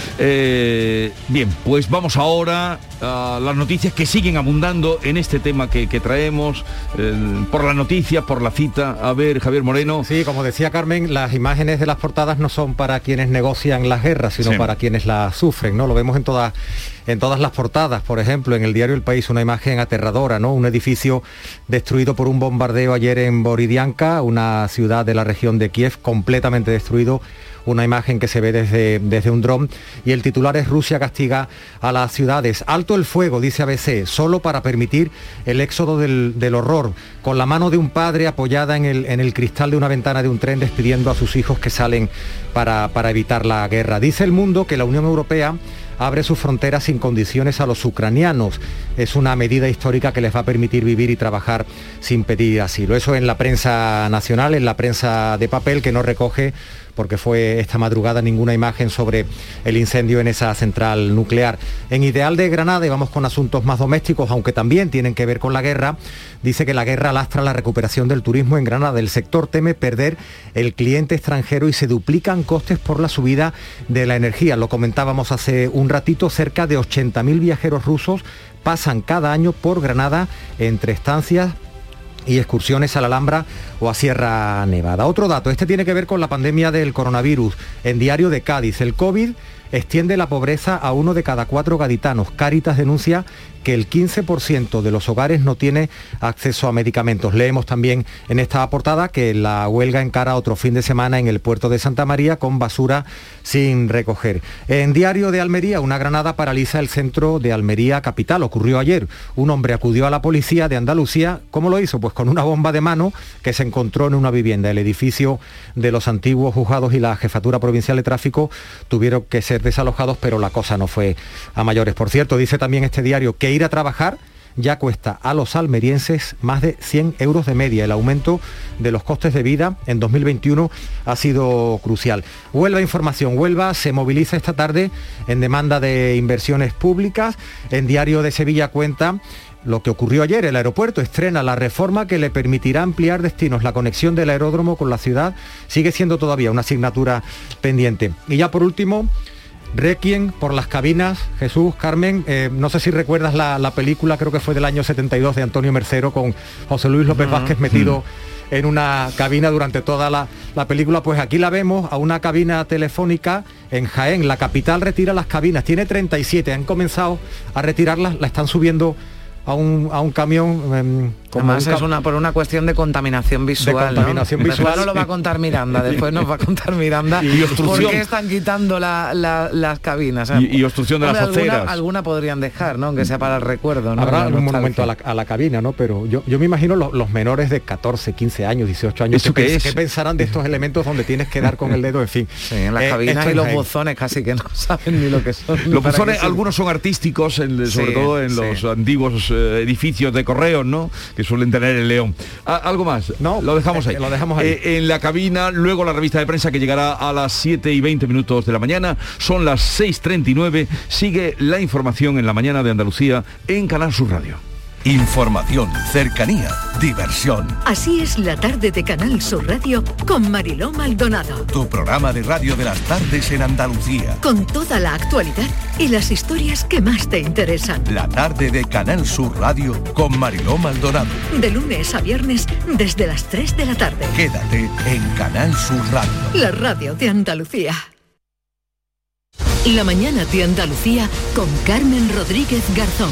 Eh, bien, pues vamos ahora a las noticias que siguen abundando en este tema que, que traemos, eh, por la noticia, por la cita. A ver, Javier Moreno. Sí, como decía Carmen, las imágenes de las portadas no son para quienes negocian las guerras, sino sí. para quienes las sufren, ¿no? Lo vemos en todas en todas las portadas. Por ejemplo, en el diario El País, una imagen aterradora, ¿no? Un edificio destruido por un bombardeo ayer en Boridianka, una ciudad de la región de Kiev, completamente destruido. Una imagen que se ve desde, desde un dron, y el titular es: Rusia castiga a las ciudades. Alto el fuego, dice A B C, solo para permitir el éxodo del, del horror, con la mano de un padre apoyada en el, en el cristal de una ventana de un tren, despidiendo a sus hijos que salen para, para evitar la guerra. Dice El Mundo que la Unión Europea abre sus fronteras sin condiciones a los ucranianos. Es una medida histórica que les va a permitir vivir y trabajar sin pedir asilo. Eso en la prensa nacional, en la prensa de papel, que no recoge, porque fue esta madrugada, ninguna imagen sobre el incendio en esa central nuclear. En Ideal de Granada, y vamos con asuntos más domésticos, aunque también tienen que ver con la guerra, dice que la guerra lastra la recuperación del turismo en Granada. El sector teme perder el cliente extranjero y se duplican costes por la subida de la energía. Lo comentábamos hace un ratito, cerca de ochenta mil viajeros rusos pasan cada año por Granada entre estancias y excursiones a la Alhambra o a Sierra Nevada. Otro dato, este tiene que ver con la pandemia del coronavirus. En Diario de Cádiz, el COVID extiende la pobreza a uno de cada cuatro gaditanos. Cáritas denuncia que el quince por ciento de los hogares no tiene acceso a medicamentos. Leemos también en esta portada que la huelga encara otro fin de semana en el puerto de Santa María con basura sin recoger. En Diario de Almería, una granada paraliza el centro de Almería capital. Ocurrió ayer. Un hombre acudió a la policía de Andalucía. ¿Cómo lo hizo? Pues con una bomba de mano que se encontró en una vivienda. El edificio de los antiguos juzgados y la Jefatura Provincial de Tráfico tuvieron que ser desalojados, pero la cosa no fue a mayores. Por cierto, dice también este diario que ir a trabajar ya cuesta a los almerienses más de cien euros de media. El aumento de los costes de vida en dos mil veintiuno ha sido crucial. Huelva Información. Huelva se moviliza esta tarde en demanda de inversiones públicas. En Diario de Sevilla cuenta lo que ocurrió ayer. El aeropuerto estrena la reforma que le permitirá ampliar destinos. La conexión del aeródromo con la ciudad sigue siendo todavía una asignatura pendiente. Y ya por último, Requiem por las cabinas. Jesús, Carmen, eh, no sé si recuerdas la, la película, creo que fue del año setenta y dos, de Antonio Mercero, con José Luis López uh-huh. Vázquez metido uh-huh. en una cabina durante toda la, la película. Pues aquí la vemos, a una cabina telefónica en Jaén. La capital retira las cabinas, tiene treinta y siete, han comenzado a retirarlas, la están subiendo a un, a un camión. Eh, Además es una, por una cuestión de contaminación visual, de contaminación ¿no? visual. Después lo va a contar Miranda, después nos va a contar Miranda y por qué están quitando la, la, las cabinas. O sea, y, y obstrucción de hombre, las aceras. Alguna, alguna podrían dejar, ¿no? Aunque sea para el recuerdo, ¿no? Habrá un monumento a la, a la cabina, ¿no? Pero yo, yo me imagino los, los menores de catorce, quince años, dieciocho años, ¿Eso que, qué es? que pensarán de estos elementos donde tienes que dar con el dedo, en fin. Sí, en las eh, cabinas y los buzones casi que no saben ni lo que son. Los buzones, algunos son artísticos, en, sobre sí, todo en sí. los antiguos eh, edificios de correos, ¿no? Que suelen tener el león. ¿Algo más? No, lo dejamos ahí. Eh, lo dejamos ahí. Eh, en la cabina, luego la revista de prensa que llegará a las siete y veinte minutos de la mañana. Son las seis treinta y nueve. Sigue la información en la mañana de Andalucía en Canal Sur Radio. Información, cercanía, diversión. Así es la tarde de Canal Sur Radio con Mariló Maldonado. Tu programa de radio de las tardes en Andalucía. Con toda la actualidad y las historias que más te interesan. La tarde de Canal Sur Radio con Mariló Maldonado. De lunes a viernes desde las tres de la tarde. Quédate en Canal Sur Radio. La radio de Andalucía. La mañana de Andalucía con Carmen Rodríguez Garzón.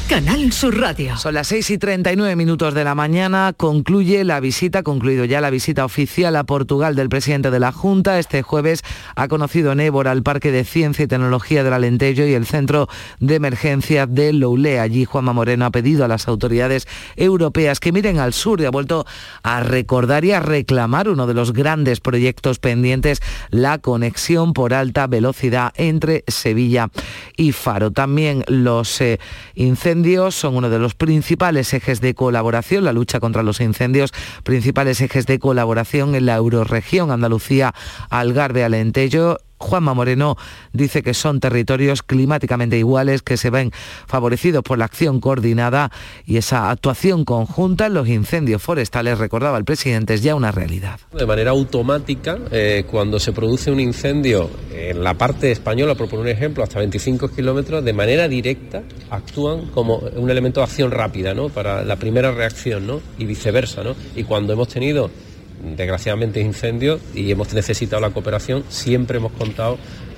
Canal Sur Radio. Son las seis y treinta y nueve minutos de la mañana. Concluye la visita, concluido ya la visita oficial a Portugal del presidente de la Junta. Este jueves ha conocido en Évora el Parque de Ciencia y Tecnología del Alentejo y el Centro de Emergencia de Loulé. Allí Juanma Moreno ha pedido a las autoridades europeas que miren al sur y ha vuelto a recordar y a reclamar uno de los grandes proyectos pendientes, la conexión por alta velocidad entre Sevilla y Faro. También los eh, incendios son uno de los principales ejes de colaboración, la lucha contra los incendios, principales ejes de colaboración en la eurorregión Andalucía, Algarve, Alentejo. Juanma Moreno dice que son territorios climáticamente iguales, que se ven favorecidos por la acción coordinada y esa actuación conjunta en los incendios forestales, recordaba el presidente, es ya una realidad. De manera automática, eh, cuando se produce un incendio en la parte española, por poner un ejemplo, hasta veinticinco kilómetros, de manera directa actúan como un elemento de acción rápida, ¿no?, para la primera reacción, ¿no?, y viceversa, ¿no? Y cuando hemos tenido desgraciadamente incendios y hemos necesitado la cooperación, siempre hemos contado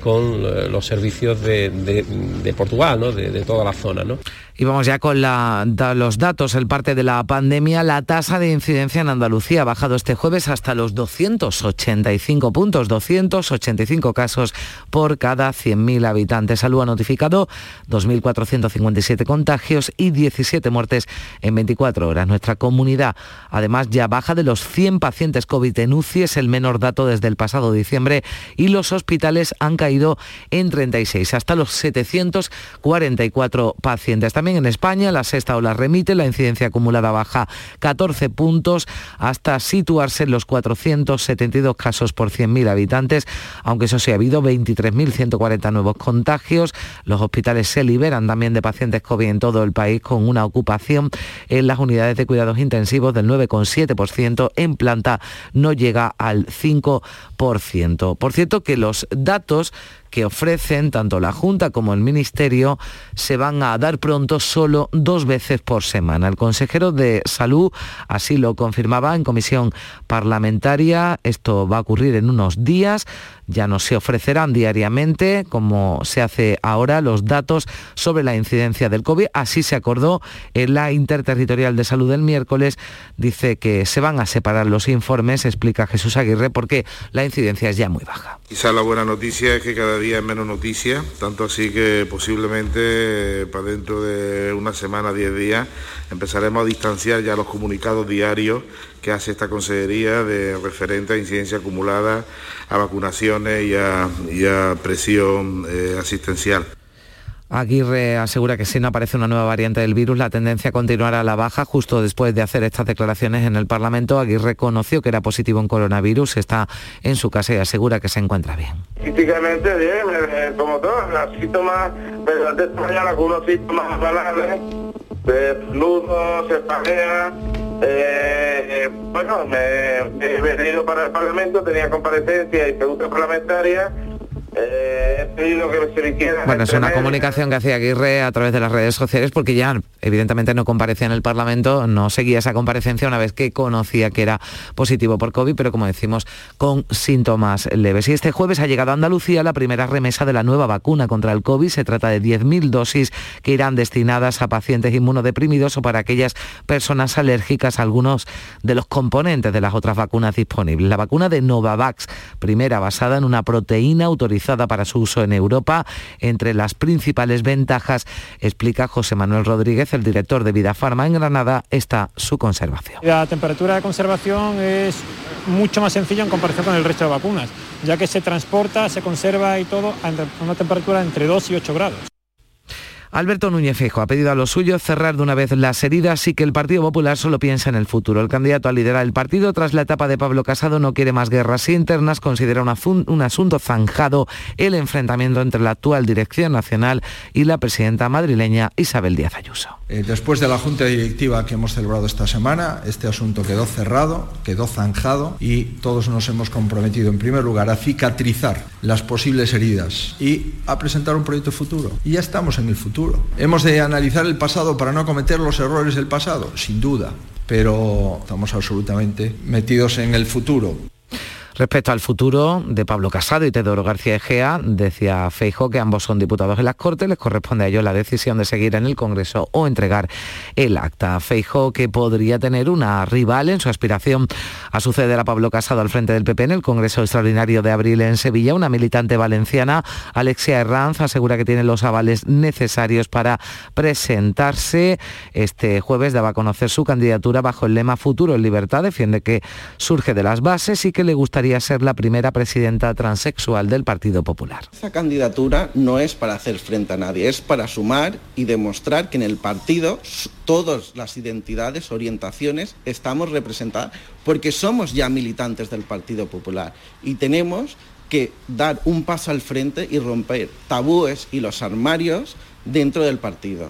con los servicios de, de, de Portugal, ¿no?, de, de toda la zona, ¿no? Y vamos ya con la, da, los datos. El parte de la pandemia, la tasa de incidencia en Andalucía ha bajado este jueves hasta los doscientos ochenta y cinco puntos, doscientos ochenta y cinco casos por cada cien mil habitantes. Salud ha notificado dos mil cuatrocientos cincuenta y siete contagios y diecisiete muertes en veinticuatro horas. Nuestra comunidad, además, ya baja de los cien pacientes COVID en U C I, es el menor dato desde el pasado diciembre, y los hospitales han caído en treinta y seis, hasta los setecientos cuarenta y cuatro pacientes. También en España la sexta ola remite, la incidencia acumulada baja catorce puntos hasta situarse en los cuatrocientos setenta y dos casos por cien mil habitantes, aunque eso sí, ha habido veintitrés mil ciento cuarenta nuevos contagios. Los hospitales se liberan también de pacientes COVID en todo el país, con una ocupación en las unidades de cuidados intensivos del nueve coma siete por ciento, en planta no llega al cinco por ciento. Por cierto, que los datos que ofrecen tanto la Junta como el Ministerio se van a dar pronto solo dos veces por semana. El consejero de Salud así lo confirmaba en comisión parlamentaria. Esto va a ocurrir en unos días. Ya no se ofrecerán diariamente, como se hace ahora, los datos sobre la incidencia del COVID. Así se acordó en la Interterritorial de Salud del miércoles. Dice que se van a separar los informes, explica Jesús Aguirre, porque la incidencia es ya muy baja. Quizá la buena noticia es que cada día es menos noticia, tanto así que posiblemente para dentro de una semana, diez días, empezaremos a distanciar ya los comunicados diarios que hace esta consejería de referente a incidencia acumulada, a vacunaciones y a, y a presión eh, asistencial. Aguirre asegura que si no aparece una nueva variante del virus, la tendencia continuará a la baja. Justo después de hacer estas declaraciones en el Parlamento, Aguirre reconoció que era positivo en coronavirus, está en su casa y asegura que se encuentra bien. Físicamente bien, eh, como todos, los síntomas, pero antes de mañana con unos síntomas banales, de nudos, se espajea. Eh, bueno, me, me he venido para el Parlamento, tenía comparecencia y preguntas parlamentarias. Eh, he pedido que se me hiciera. Bueno, es una comunicación que hacía Aguirre a través de las redes sociales, porque ya evidentemente no comparecía en el Parlamento, no seguía esa comparecencia una vez que conocía que era positivo por COVID, pero como decimos, con síntomas leves. Y este jueves ha llegado a Andalucía la primera remesa de la nueva vacuna contra el COVID. Se trata de diez mil dosis que irán destinadas a pacientes inmunodeprimidos o para aquellas personas alérgicas a algunos de los componentes de las otras vacunas disponibles. La vacuna de Novavax, primera basada en una proteína autorizada para su uso en Europa. Entre las principales ventajas, explica José Manuel Rodríguez, el director de Vida Farma en Granada, está su conservación. La temperatura de conservación es mucho más sencilla en comparación con el resto de vacunas, ya que se transporta, se conserva y todo a una temperatura entre dos y ocho grados. Alberto Núñez Feijóo ha pedido a los suyos cerrar de una vez las heridas y que el Partido Popular solo piensa en el futuro. El candidato a liderar el partido tras la etapa de Pablo Casado no quiere más guerras internas, considera un, azun- un asunto zanjado el enfrentamiento entre la actual dirección nacional y la presidenta madrileña Isabel Díaz Ayuso. Eh, después de la junta directiva que hemos celebrado esta semana, este asunto quedó cerrado, quedó zanjado y todos nos hemos comprometido en primer lugar a cicatrizar las posibles heridas y a presentar un proyecto futuro. Y ya estamos en el futuro. ¿Hemos de analizar el pasado para no cometer los errores del pasado? Sin duda, pero estamos absolutamente metidos en el futuro. Respecto al futuro de Pablo Casado y Teodoro García Egea, decía Feijóo que ambos son diputados en las Cortes, les corresponde a ellos la decisión de seguir en el Congreso o entregar el acta. Feijóo, que podría tener una rival en su aspiración a suceder a Pablo Casado al frente del P P en el Congreso Extraordinario de abril en Sevilla. Una militante valenciana, Alexia Herranz, asegura que tiene los avales necesarios para presentarse. Este jueves daba a conocer su candidatura bajo el lema Futuro en Libertad. Defiende que surge de las bases y que le gustaría ser la primera presidenta transexual del Partido Popular. Esa candidatura no es para hacer frente a nadie, es para sumar y demostrar que en el partido todas las identidades, orientaciones, estamos representadas porque somos ya militantes del Partido Popular y tenemos que dar un paso al frente y romper tabúes y los armarios dentro del partido.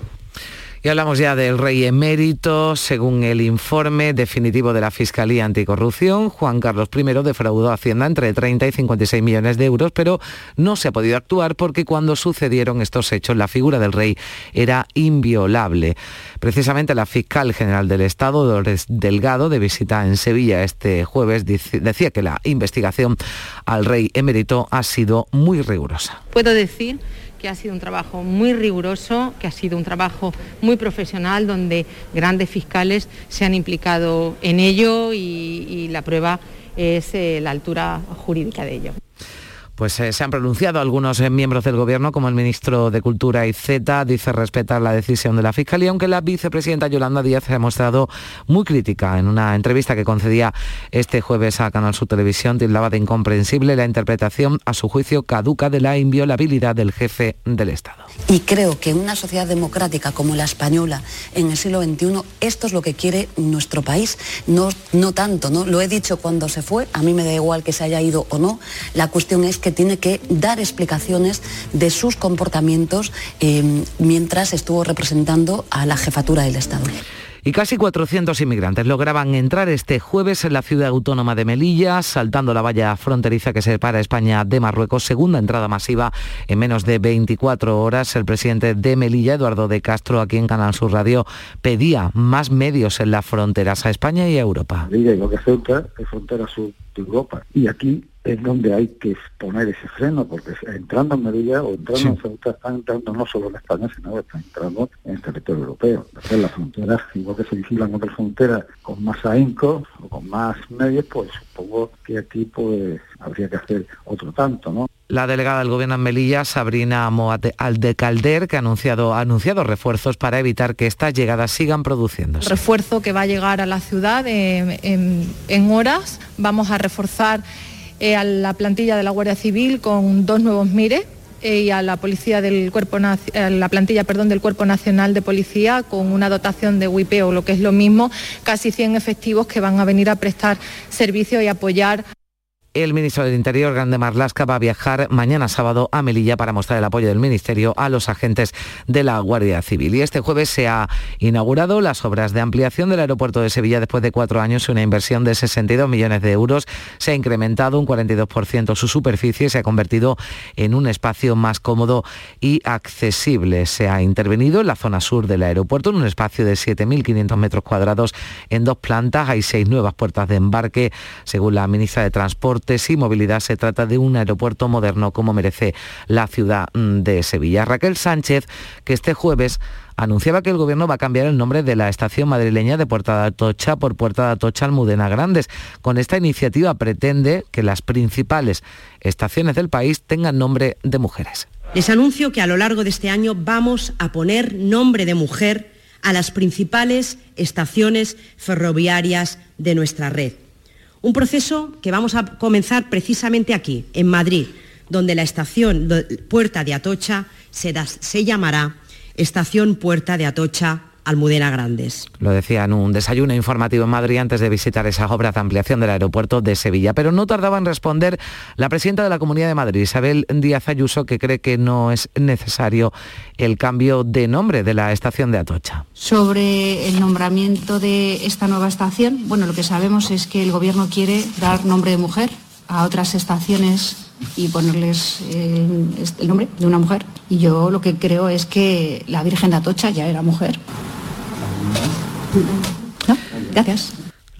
Y hablamos ya del rey emérito. Según el informe definitivo de la Fiscalía Anticorrupción, Juan Carlos primero defraudó a Hacienda entre treinta y cincuenta y seis millones de euros, pero no se ha podido actuar porque cuando sucedieron estos hechos la figura del rey era inviolable. Precisamente la fiscal general del Estado, Dolores Delgado, de visita en Sevilla este jueves, decía que la investigación al rey emérito ha sido muy rigurosa. Puedo decir que ha sido un trabajo muy riguroso, que ha sido un trabajo muy profesional, donde grandes fiscales se han implicado en ello y, y la prueba es eh, la altura jurídica de ello. Pues eh, se han pronunciado algunos eh, miembros del Gobierno, como el ministro de Cultura Iceta, dice respetar la decisión de la Fiscalía, aunque la vicepresidenta Yolanda Díaz se ha mostrado muy crítica. En una entrevista que concedía este jueves a Canal Sur Televisión, tildaba de incomprensible la interpretación, a su juicio caduca, de la inviolabilidad del jefe del Estado. Y creo que en una sociedad democrática como la española, en el siglo veintiuno, esto es lo que quiere nuestro país, no, no tanto, ¿no? Lo he dicho cuando se fue, a mí me da igual que se haya ido o no, la cuestión es que tiene que dar explicaciones de sus comportamientos eh, mientras estuvo representando a la jefatura del Estado. Y casi cuatrocientos inmigrantes lograban entrar este jueves en la ciudad autónoma de Melilla, saltando la valla fronteriza que separa España de Marruecos, segunda entrada masiva en menos de veinticuatro horas. El presidente de Melilla, Eduardo de Castro, aquí en Canal Sur Radio, pedía más medios en las fronteras a España y a Europa. Melilla y lo que es Ceuta es frontera sur de Europa, y aquí es donde hay que poner ese freno, porque entrando en Melilla o entrando sí. en Ceuta están entrando no solo en España, sino que están entrando en el territorio europeo. Entonces las fronteras, igual que se vigilan otras fronteras con más ahínco o con más medios, pues supongo que aquí pues habría que hacer otro tanto, ¿no? La delegada del Gobierno en Melilla, Sabrina Moate-Aldecalder, que ha anunciado, ha anunciado refuerzos para evitar que estas llegadas sigan produciéndose. Refuerzo que va a llegar a la ciudad en, en, en horas. Vamos a reforzar eh, a la plantilla de la Guardia Civil con dos nuevos mires eh, y a la policía del cuerpo a la plantilla perdón, del Cuerpo Nacional de Policía con una dotación de U I P, o lo que es lo mismo, casi cien efectivos que van a venir a prestar servicio y apoyar. El ministro del Interior, Grande Marlaska, va a viajar mañana sábado a Melilla para mostrar el apoyo del Ministerio a los agentes de la Guardia Civil. Y este jueves se ha inaugurado las obras de ampliación del aeropuerto de Sevilla después de cuatro años y una inversión de sesenta y dos millones de euros. Se ha incrementado un cuarenta y dos por ciento su superficie y se ha convertido en un espacio más cómodo y accesible. Se ha intervenido en la zona sur del aeropuerto en un espacio de siete mil quinientos metros cuadrados en dos plantas. Hay seis nuevas puertas de embarque. Según la ministra de Transporte y Movilidad, se trata de un aeropuerto moderno como merece la ciudad de Sevilla. Raquel Sánchez, que este jueves anunciaba que el Gobierno va a cambiar el nombre de la estación madrileña de Puerta de Atocha por Puerta de Atocha Almudena Grandes. Con esta iniciativa pretende que las principales estaciones del país tengan nombre de mujeres. Les anuncio que a lo largo de este año vamos a poner nombre de mujer a las principales estaciones ferroviarias de nuestra red. Un proceso que vamos a comenzar precisamente aquí, en Madrid, donde la estación Puerta de Atocha se, da, se llamará Estación Puerta de Atocha Almudena Grandes. Lo decía en un desayuno informativo en Madrid antes de visitar esas obras de ampliación del aeropuerto de Sevilla. Pero no tardaba en responder la presidenta de la Comunidad de Madrid, Isabel Díaz Ayuso, que cree que no es necesario el cambio de nombre de la estación de Atocha. Sobre el nombramiento de esta nueva estación, bueno, lo que sabemos es que el Gobierno quiere dar nombre de mujer a otras estaciones y ponerles eh, el nombre de una mujer. Y yo lo que creo es que la Virgen de Atocha ya era mujer. ¿No? Gracias.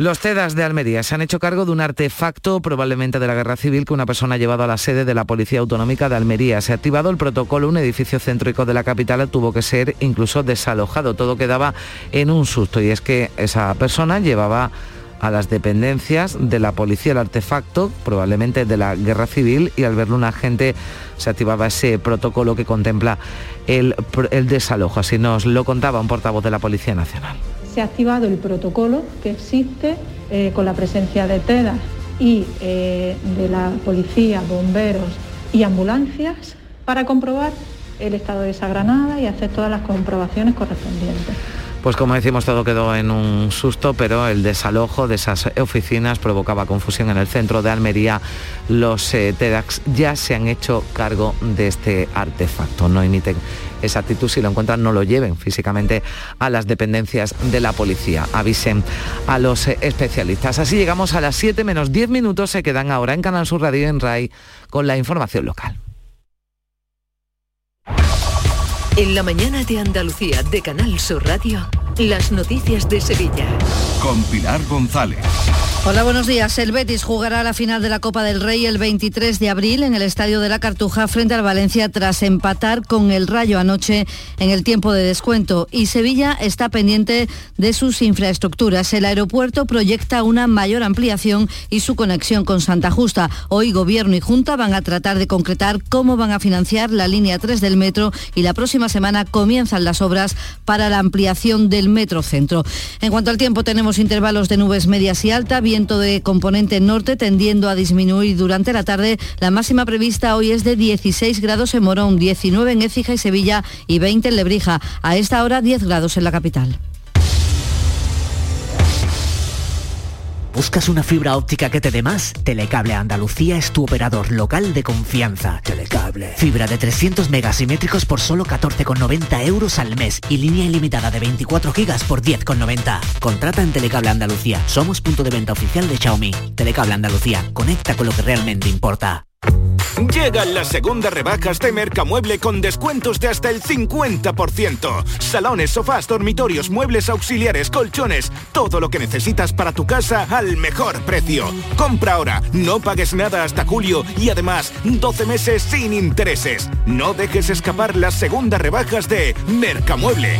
Los TEDx de Almería se han hecho cargo de un artefacto, probablemente de la Guerra Civil, que una persona ha llevado a la sede de la Policía Autonómica de Almería. Se ha activado el protocolo, un edificio céntrico de la capital tuvo que ser incluso desalojado. Todo quedaba en un susto, y es que esa persona llevaba a las dependencias de la policía el artefacto, probablemente de la Guerra Civil, y al verlo un agente se activaba ese protocolo que contempla el, el desalojo. Así nos lo contaba un portavoz de la Policía Nacional. Se ha activado el protocolo que existe eh, con la presencia de TEDx y eh, de la policía, bomberos y ambulancias para comprobar el estado de esa granada y hacer todas las comprobaciones correspondientes. Pues como decimos, todo quedó en un susto, pero el desalojo de esas oficinas provocaba confusión en el centro de Almería. Los eh, TEDx ya se han hecho cargo de este artefacto. No imiten esa actitud, si lo encuentran no lo lleven físicamente a las dependencias de la policía. Avisen a los eh, especialistas. Así llegamos a las siete menos diez minutos, se quedan ahora en Canal Sur Radio y en RAI con la información local. En la mañana de Andalucía de Canal Sur Radio, las noticias de Sevilla. Con Pilar González. Hola, buenos días. El Betis jugará la final de la Copa del Rey el veintitrés de abril en el Estadio de la Cartuja frente al Valencia tras empatar con el Rayo anoche en el tiempo de descuento. Y Sevilla está pendiente de sus infraestructuras. El aeropuerto proyecta una mayor ampliación y su conexión con Santa Justa. Hoy Gobierno y Junta van a tratar de concretar cómo van a financiar la línea tres del metro y la próxima semana comienzan las obras para la ampliación del metro centro. En cuanto al tiempo, tenemos intervalos de nubes medias y altas, viento de componente norte tendiendo a disminuir durante la tarde. La máxima prevista hoy es de dieciséis grados en Morón, diecinueve en Écija y Sevilla y veinte en Lebrija. A esta hora diez grados en la capital. ¿Buscas una fibra óptica que te dé más? Telecable Andalucía es tu operador local de confianza. Telecable. Fibra de trescientos megasimétricos por solo catorce con noventa euros al mes y línea ilimitada de veinticuatro gigas por diez con noventa. Contrata en Telecable Andalucía. Somos punto de venta oficial de Xiaomi. Telecable Andalucía. Conecta con lo que realmente importa. Llegan las segundas rebajas de Mercamueble con descuentos de hasta el cincuenta por ciento. Salones, sofás, dormitorios, muebles auxiliares, colchones, todo lo que necesitas para tu casa al mejor precio. Compra ahora, no pagues nada hasta julio y además doce meses sin intereses. No dejes escapar las segundas rebajas de Mercamueble.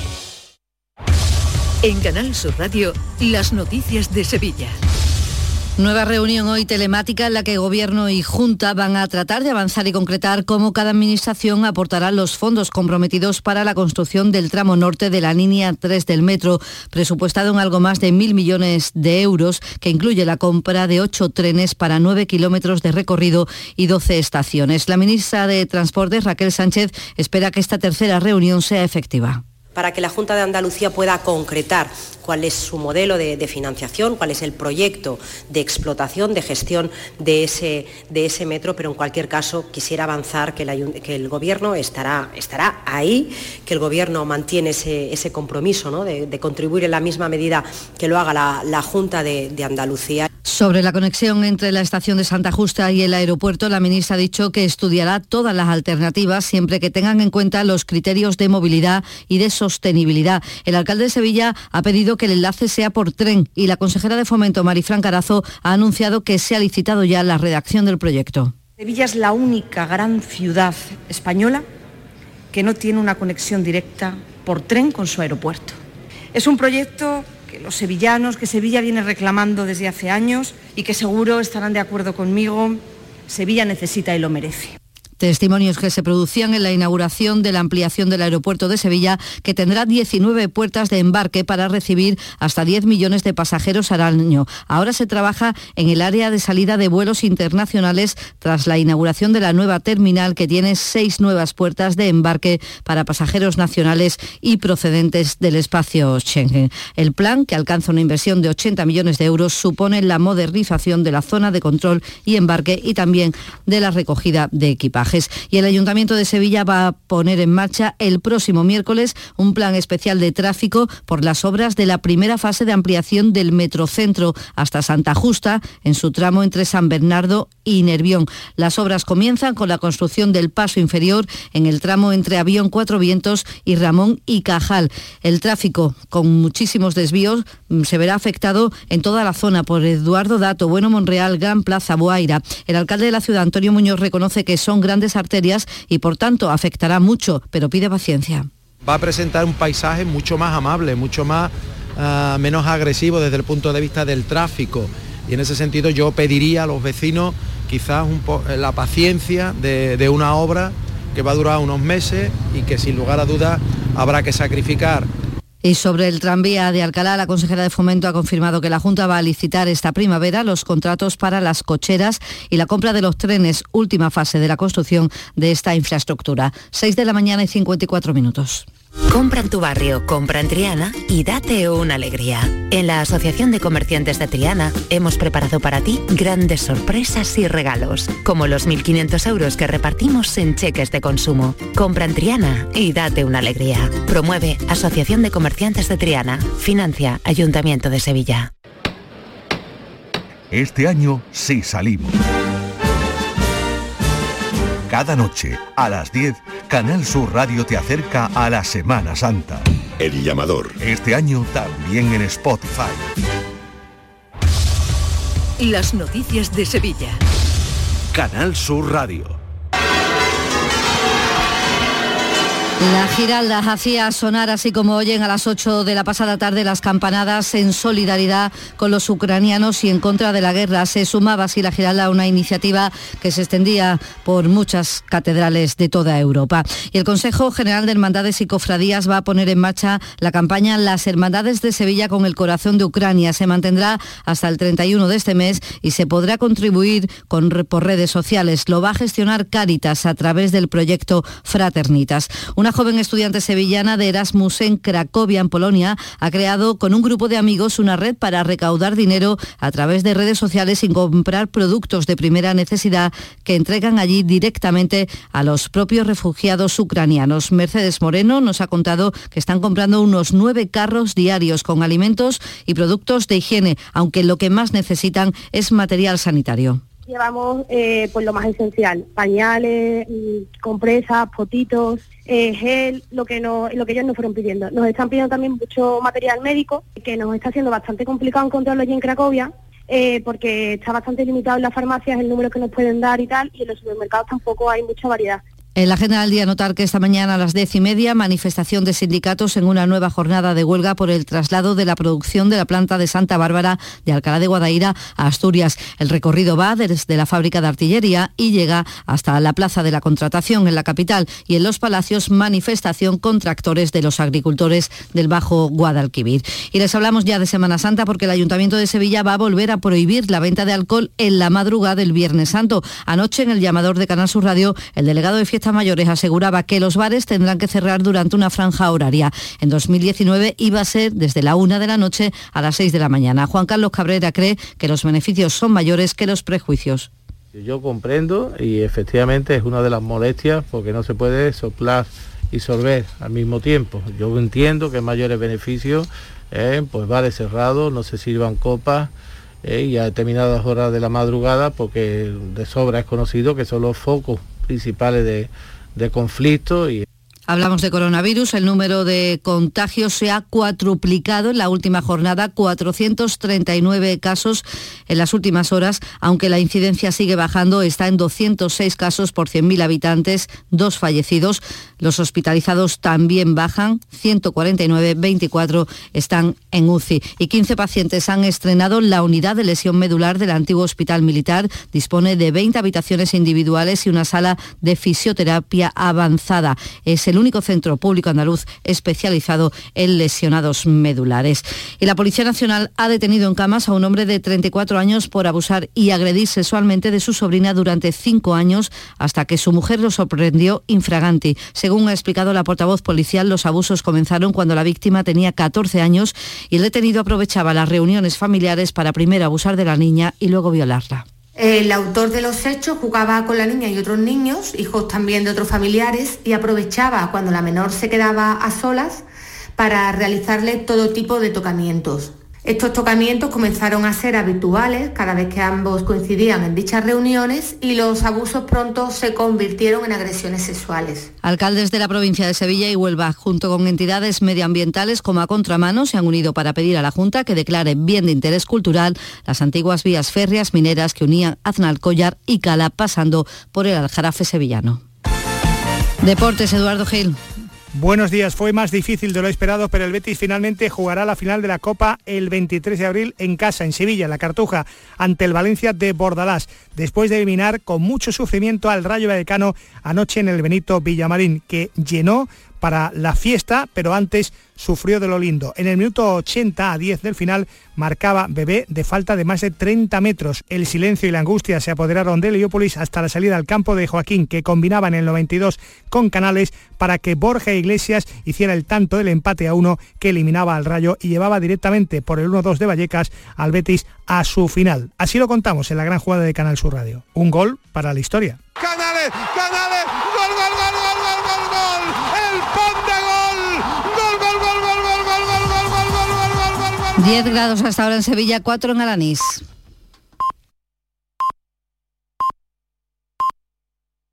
En Canal Sur Radio, las noticias de Sevilla. Nueva reunión hoy telemática en la que Gobierno y Junta van a tratar de avanzar y concretar cómo cada administración aportará los fondos comprometidos para la construcción del tramo norte de la línea tres del metro, presupuestado en algo más de mil millones de euros, que incluye la compra de ocho trenes para nueve kilómetros de recorrido y doce estaciones. La ministra de Transportes, Raquel Sánchez, espera que esta tercera reunión sea efectiva. Para que la Junta de Andalucía pueda concretar cuál es su modelo de, de financiación, cuál es el proyecto de explotación, de gestión de ese, de ese metro, pero en cualquier caso quisiera avanzar que el, que el Gobierno estará, estará ahí, que el Gobierno mantiene ese, ese compromiso, ¿no?, de, de contribuir en la misma medida que lo haga la, la Junta de, de Andalucía. Sobre la conexión entre la estación de Santa Justa y el aeropuerto, la ministra ha dicho que estudiará todas las alternativas siempre que tengan en cuenta los criterios de movilidad y de sostenibilidad. El alcalde de Sevilla ha pedido que el enlace sea por tren y la consejera de Fomento, Marifran Carazo, ha anunciado que se ha licitado ya la redacción del proyecto. Sevilla es la única gran ciudad española que no tiene una conexión directa por tren con su aeropuerto. Es un proyecto que los sevillanos, que Sevilla viene reclamando desde hace años y que seguro estarán de acuerdo conmigo, Sevilla necesita y lo merece. Testimonios que se producían en la inauguración de la ampliación del aeropuerto de Sevilla, que tendrá diecinueve puertas de embarque para recibir hasta diez millones de pasajeros al año. Ahora se trabaja en el área de salida de vuelos internacionales tras la inauguración de la nueva terminal, que tiene seis nuevas puertas de embarque para pasajeros nacionales y procedentes del espacio Schengen. El plan, que alcanza una inversión de ochenta millones de euros, supone la modernización de la zona de control y embarque y también de la recogida de equipaje. relojes. Y el Ayuntamiento de Sevilla va a poner en marcha el próximo miércoles un plan especial de tráfico por las obras de la primera fase de ampliación del Metrocentro hasta Santa Justa, en su tramo entre San Bernardo y Nervión. Las obras comienzan con la construcción del paso inferior en el tramo entre Avión Cuatro Vientos y Ramón y Cajal. El tráfico, con muchísimos desvíos, se verá afectado en toda la zona por Eduardo Dato, Bueno Monreal, Gran Plaza, Boaira. El alcalde de la ciudad, Antonio Muñoz, reconoce que son grandes arterias y por tanto afectará mucho, pero pide paciencia. Va a presentar un paisaje mucho más amable, mucho más uh, menos agresivo desde el punto de vista del tráfico. Y en ese sentido yo pediría a los vecinos quizás un po- la paciencia de, de una obra que va a durar unos meses y que sin lugar a dudas habrá que sacrificar. Y sobre el tranvía de Alcalá, la consejera de Fomento ha confirmado que la Junta va a licitar esta primavera los contratos para las cocheras y la compra de los trenes, última fase de la construcción de esta infraestructura. seis de la mañana y cincuenta y cuatro minutos. Compra en tu barrio, compra en Triana y date una alegría. En la Asociación de Comerciantes de Triana hemos preparado para ti grandes sorpresas y regalos, como los mil quinientos euros que repartimos en cheques de consumo. Compra en Triana y date una alegría. Promueve Asociación de Comerciantes de Triana. Financia Ayuntamiento de Sevilla. Este año sí salimos. Cada noche, a las diez, Canal Sur Radio te acerca a la Semana Santa. El Llamador. Este año también en Spotify. Las noticias de Sevilla. Canal Sur Radio. La Giralda hacía sonar, así como oyen, a las ocho de la pasada tarde las campanadas en solidaridad con los ucranianos y en contra de la guerra. Se sumaba así la Giralda a una iniciativa que se extendía por muchas catedrales de toda Europa. Y el Consejo General de Hermandades y Cofradías va a poner en marcha la campaña Las Hermandades de Sevilla con el corazón de Ucrania. Se mantendrá hasta el treinta y uno de este mes y se podrá contribuir con, por redes sociales. Lo va a gestionar Cáritas a través del proyecto Fraternitas. Una joven estudiante sevillana de Erasmus en Cracovia, en Polonia, ha creado con un grupo de amigos una red para recaudar dinero a través de redes sociales sin comprar productos de primera necesidad que entregan allí directamente a los propios refugiados ucranianos. Mercedes Moreno nos ha contado que están comprando unos nueve carros diarios con alimentos y productos de higiene, aunque lo que más necesitan es material sanitario. Llevamos eh, pues lo más esencial, pañales, compresas, potitos, eh, gel, lo que no, lo que ellos nos fueron pidiendo. Nos están pidiendo también mucho material médico, que nos está haciendo bastante complicado encontrarlo allí en Cracovia, eh, porque está bastante limitado en las farmacias el número que nos pueden dar y tal, y en los supermercados tampoco hay mucha variedad. En la agenda del día, notar que esta mañana a las diez y media, manifestación de sindicatos en una nueva jornada de huelga por el traslado de la producción de la planta de Santa Bárbara de Alcalá de Guadaira a Asturias. El recorrido va desde la fábrica de artillería y llega hasta la Plaza de la Contratación en la capital, y en Los Palacios manifestación con tractores de los agricultores del Bajo Guadalquivir. Y les hablamos ya de Semana Santa porque el Ayuntamiento de Sevilla va a volver a prohibir la venta de alcohol en la madrugada del Viernes Santo. Anoche, en el llamador de Canal Sur Radio, el delegado de Fiestas Mayores aseguraba que los bares tendrán que cerrar durante una franja horaria. En dos mil diecinueve iba a ser desde la una de la noche a las seis de la mañana. Juan Carlos Cabrera cree que los beneficios son mayores que los prejuicios. Yo comprendo y efectivamente es una de las molestias porque no se puede soplar y sorber al mismo tiempo. Yo entiendo que mayores beneficios, eh, pues bares cerrados, no se sirvan copas, eh, y a determinadas horas de la madrugada, porque de sobra es conocido que son los focos principales de, de conflicto. Y hablamos de coronavirus. El número de contagios se ha cuatruplicado en la última jornada, cuatrocientos treinta y nueve casos en las últimas horas, aunque la incidencia sigue bajando, está en doscientos seis casos por cien mil habitantes, dos fallecidos. Los hospitalizados también bajan, ciento cuarenta y nueve, veinticuatro están en U C I. Y quince pacientes han estrenado la unidad de lesión medular del antiguo Hospital Militar. Dispone de veinte habitaciones individuales y una sala de fisioterapia avanzada. Es el único centro público andaluz especializado en lesionados medulares. Y la Policía Nacional ha detenido en Camas a un hombre de treinta y cuatro años por abusar y agredir sexualmente de su sobrina durante cinco años hasta que su mujer lo sorprendió infraganti. Según ha explicado la portavoz policial, los abusos comenzaron cuando la víctima tenía catorce años y el detenido aprovechaba las reuniones familiares para primero abusar de la niña y luego violarla. El autor de los hechos jugaba con la niña y otros niños, hijos también de otros familiares, y aprovechaba cuando la menor se quedaba a solas para realizarle todo tipo de tocamientos. Estos tocamientos comenzaron a ser habituales cada vez que ambos coincidían en dichas reuniones y los abusos pronto se convirtieron en agresiones sexuales. Alcaldes de la provincia de Sevilla y Huelva, junto con entidades medioambientales como A Contramano, se han unido para pedir a la Junta que declare bien de interés cultural las antiguas vías férreas mineras que unían Aznalcóllar y Cala, pasando por el Aljarafe sevillano. Deportes, Eduardo Gil. Buenos días, fue más difícil de lo esperado, pero el Betis finalmente jugará la final de la Copa el veintitrés de abril en casa, en Sevilla, en la Cartuja, ante el Valencia de Bordalás, después de eliminar con mucho sufrimiento al Rayo Vallecano anoche en el Benito Villamarín, que llenó para la fiesta, pero antes sufrió de lo lindo. En el minuto ochenta a diez del final marcaba Bebé de falta de más de treinta metros. El silencio y la angustia se apoderaron de Heliópolis hasta la salida al campo de Joaquín, que combinaba en el noventa y dos con Canales para que Borja Iglesias hiciera el tanto del empate a uno que eliminaba al Rayo y llevaba directamente por el uno dos de Vallecas al Betis a su final. Así lo contamos en la gran jugada de Canal Sur Radio. Un gol para la historia. Canales, Canales, gol, gol, gol, gol, gol, gol, gol, el pan de gol, gol, gol, gol, gol, gol, gol, gol, gol, gol, gol, gol, gol, gol, gol. diez grados hasta ahora en Sevilla, cuatro en Alanís.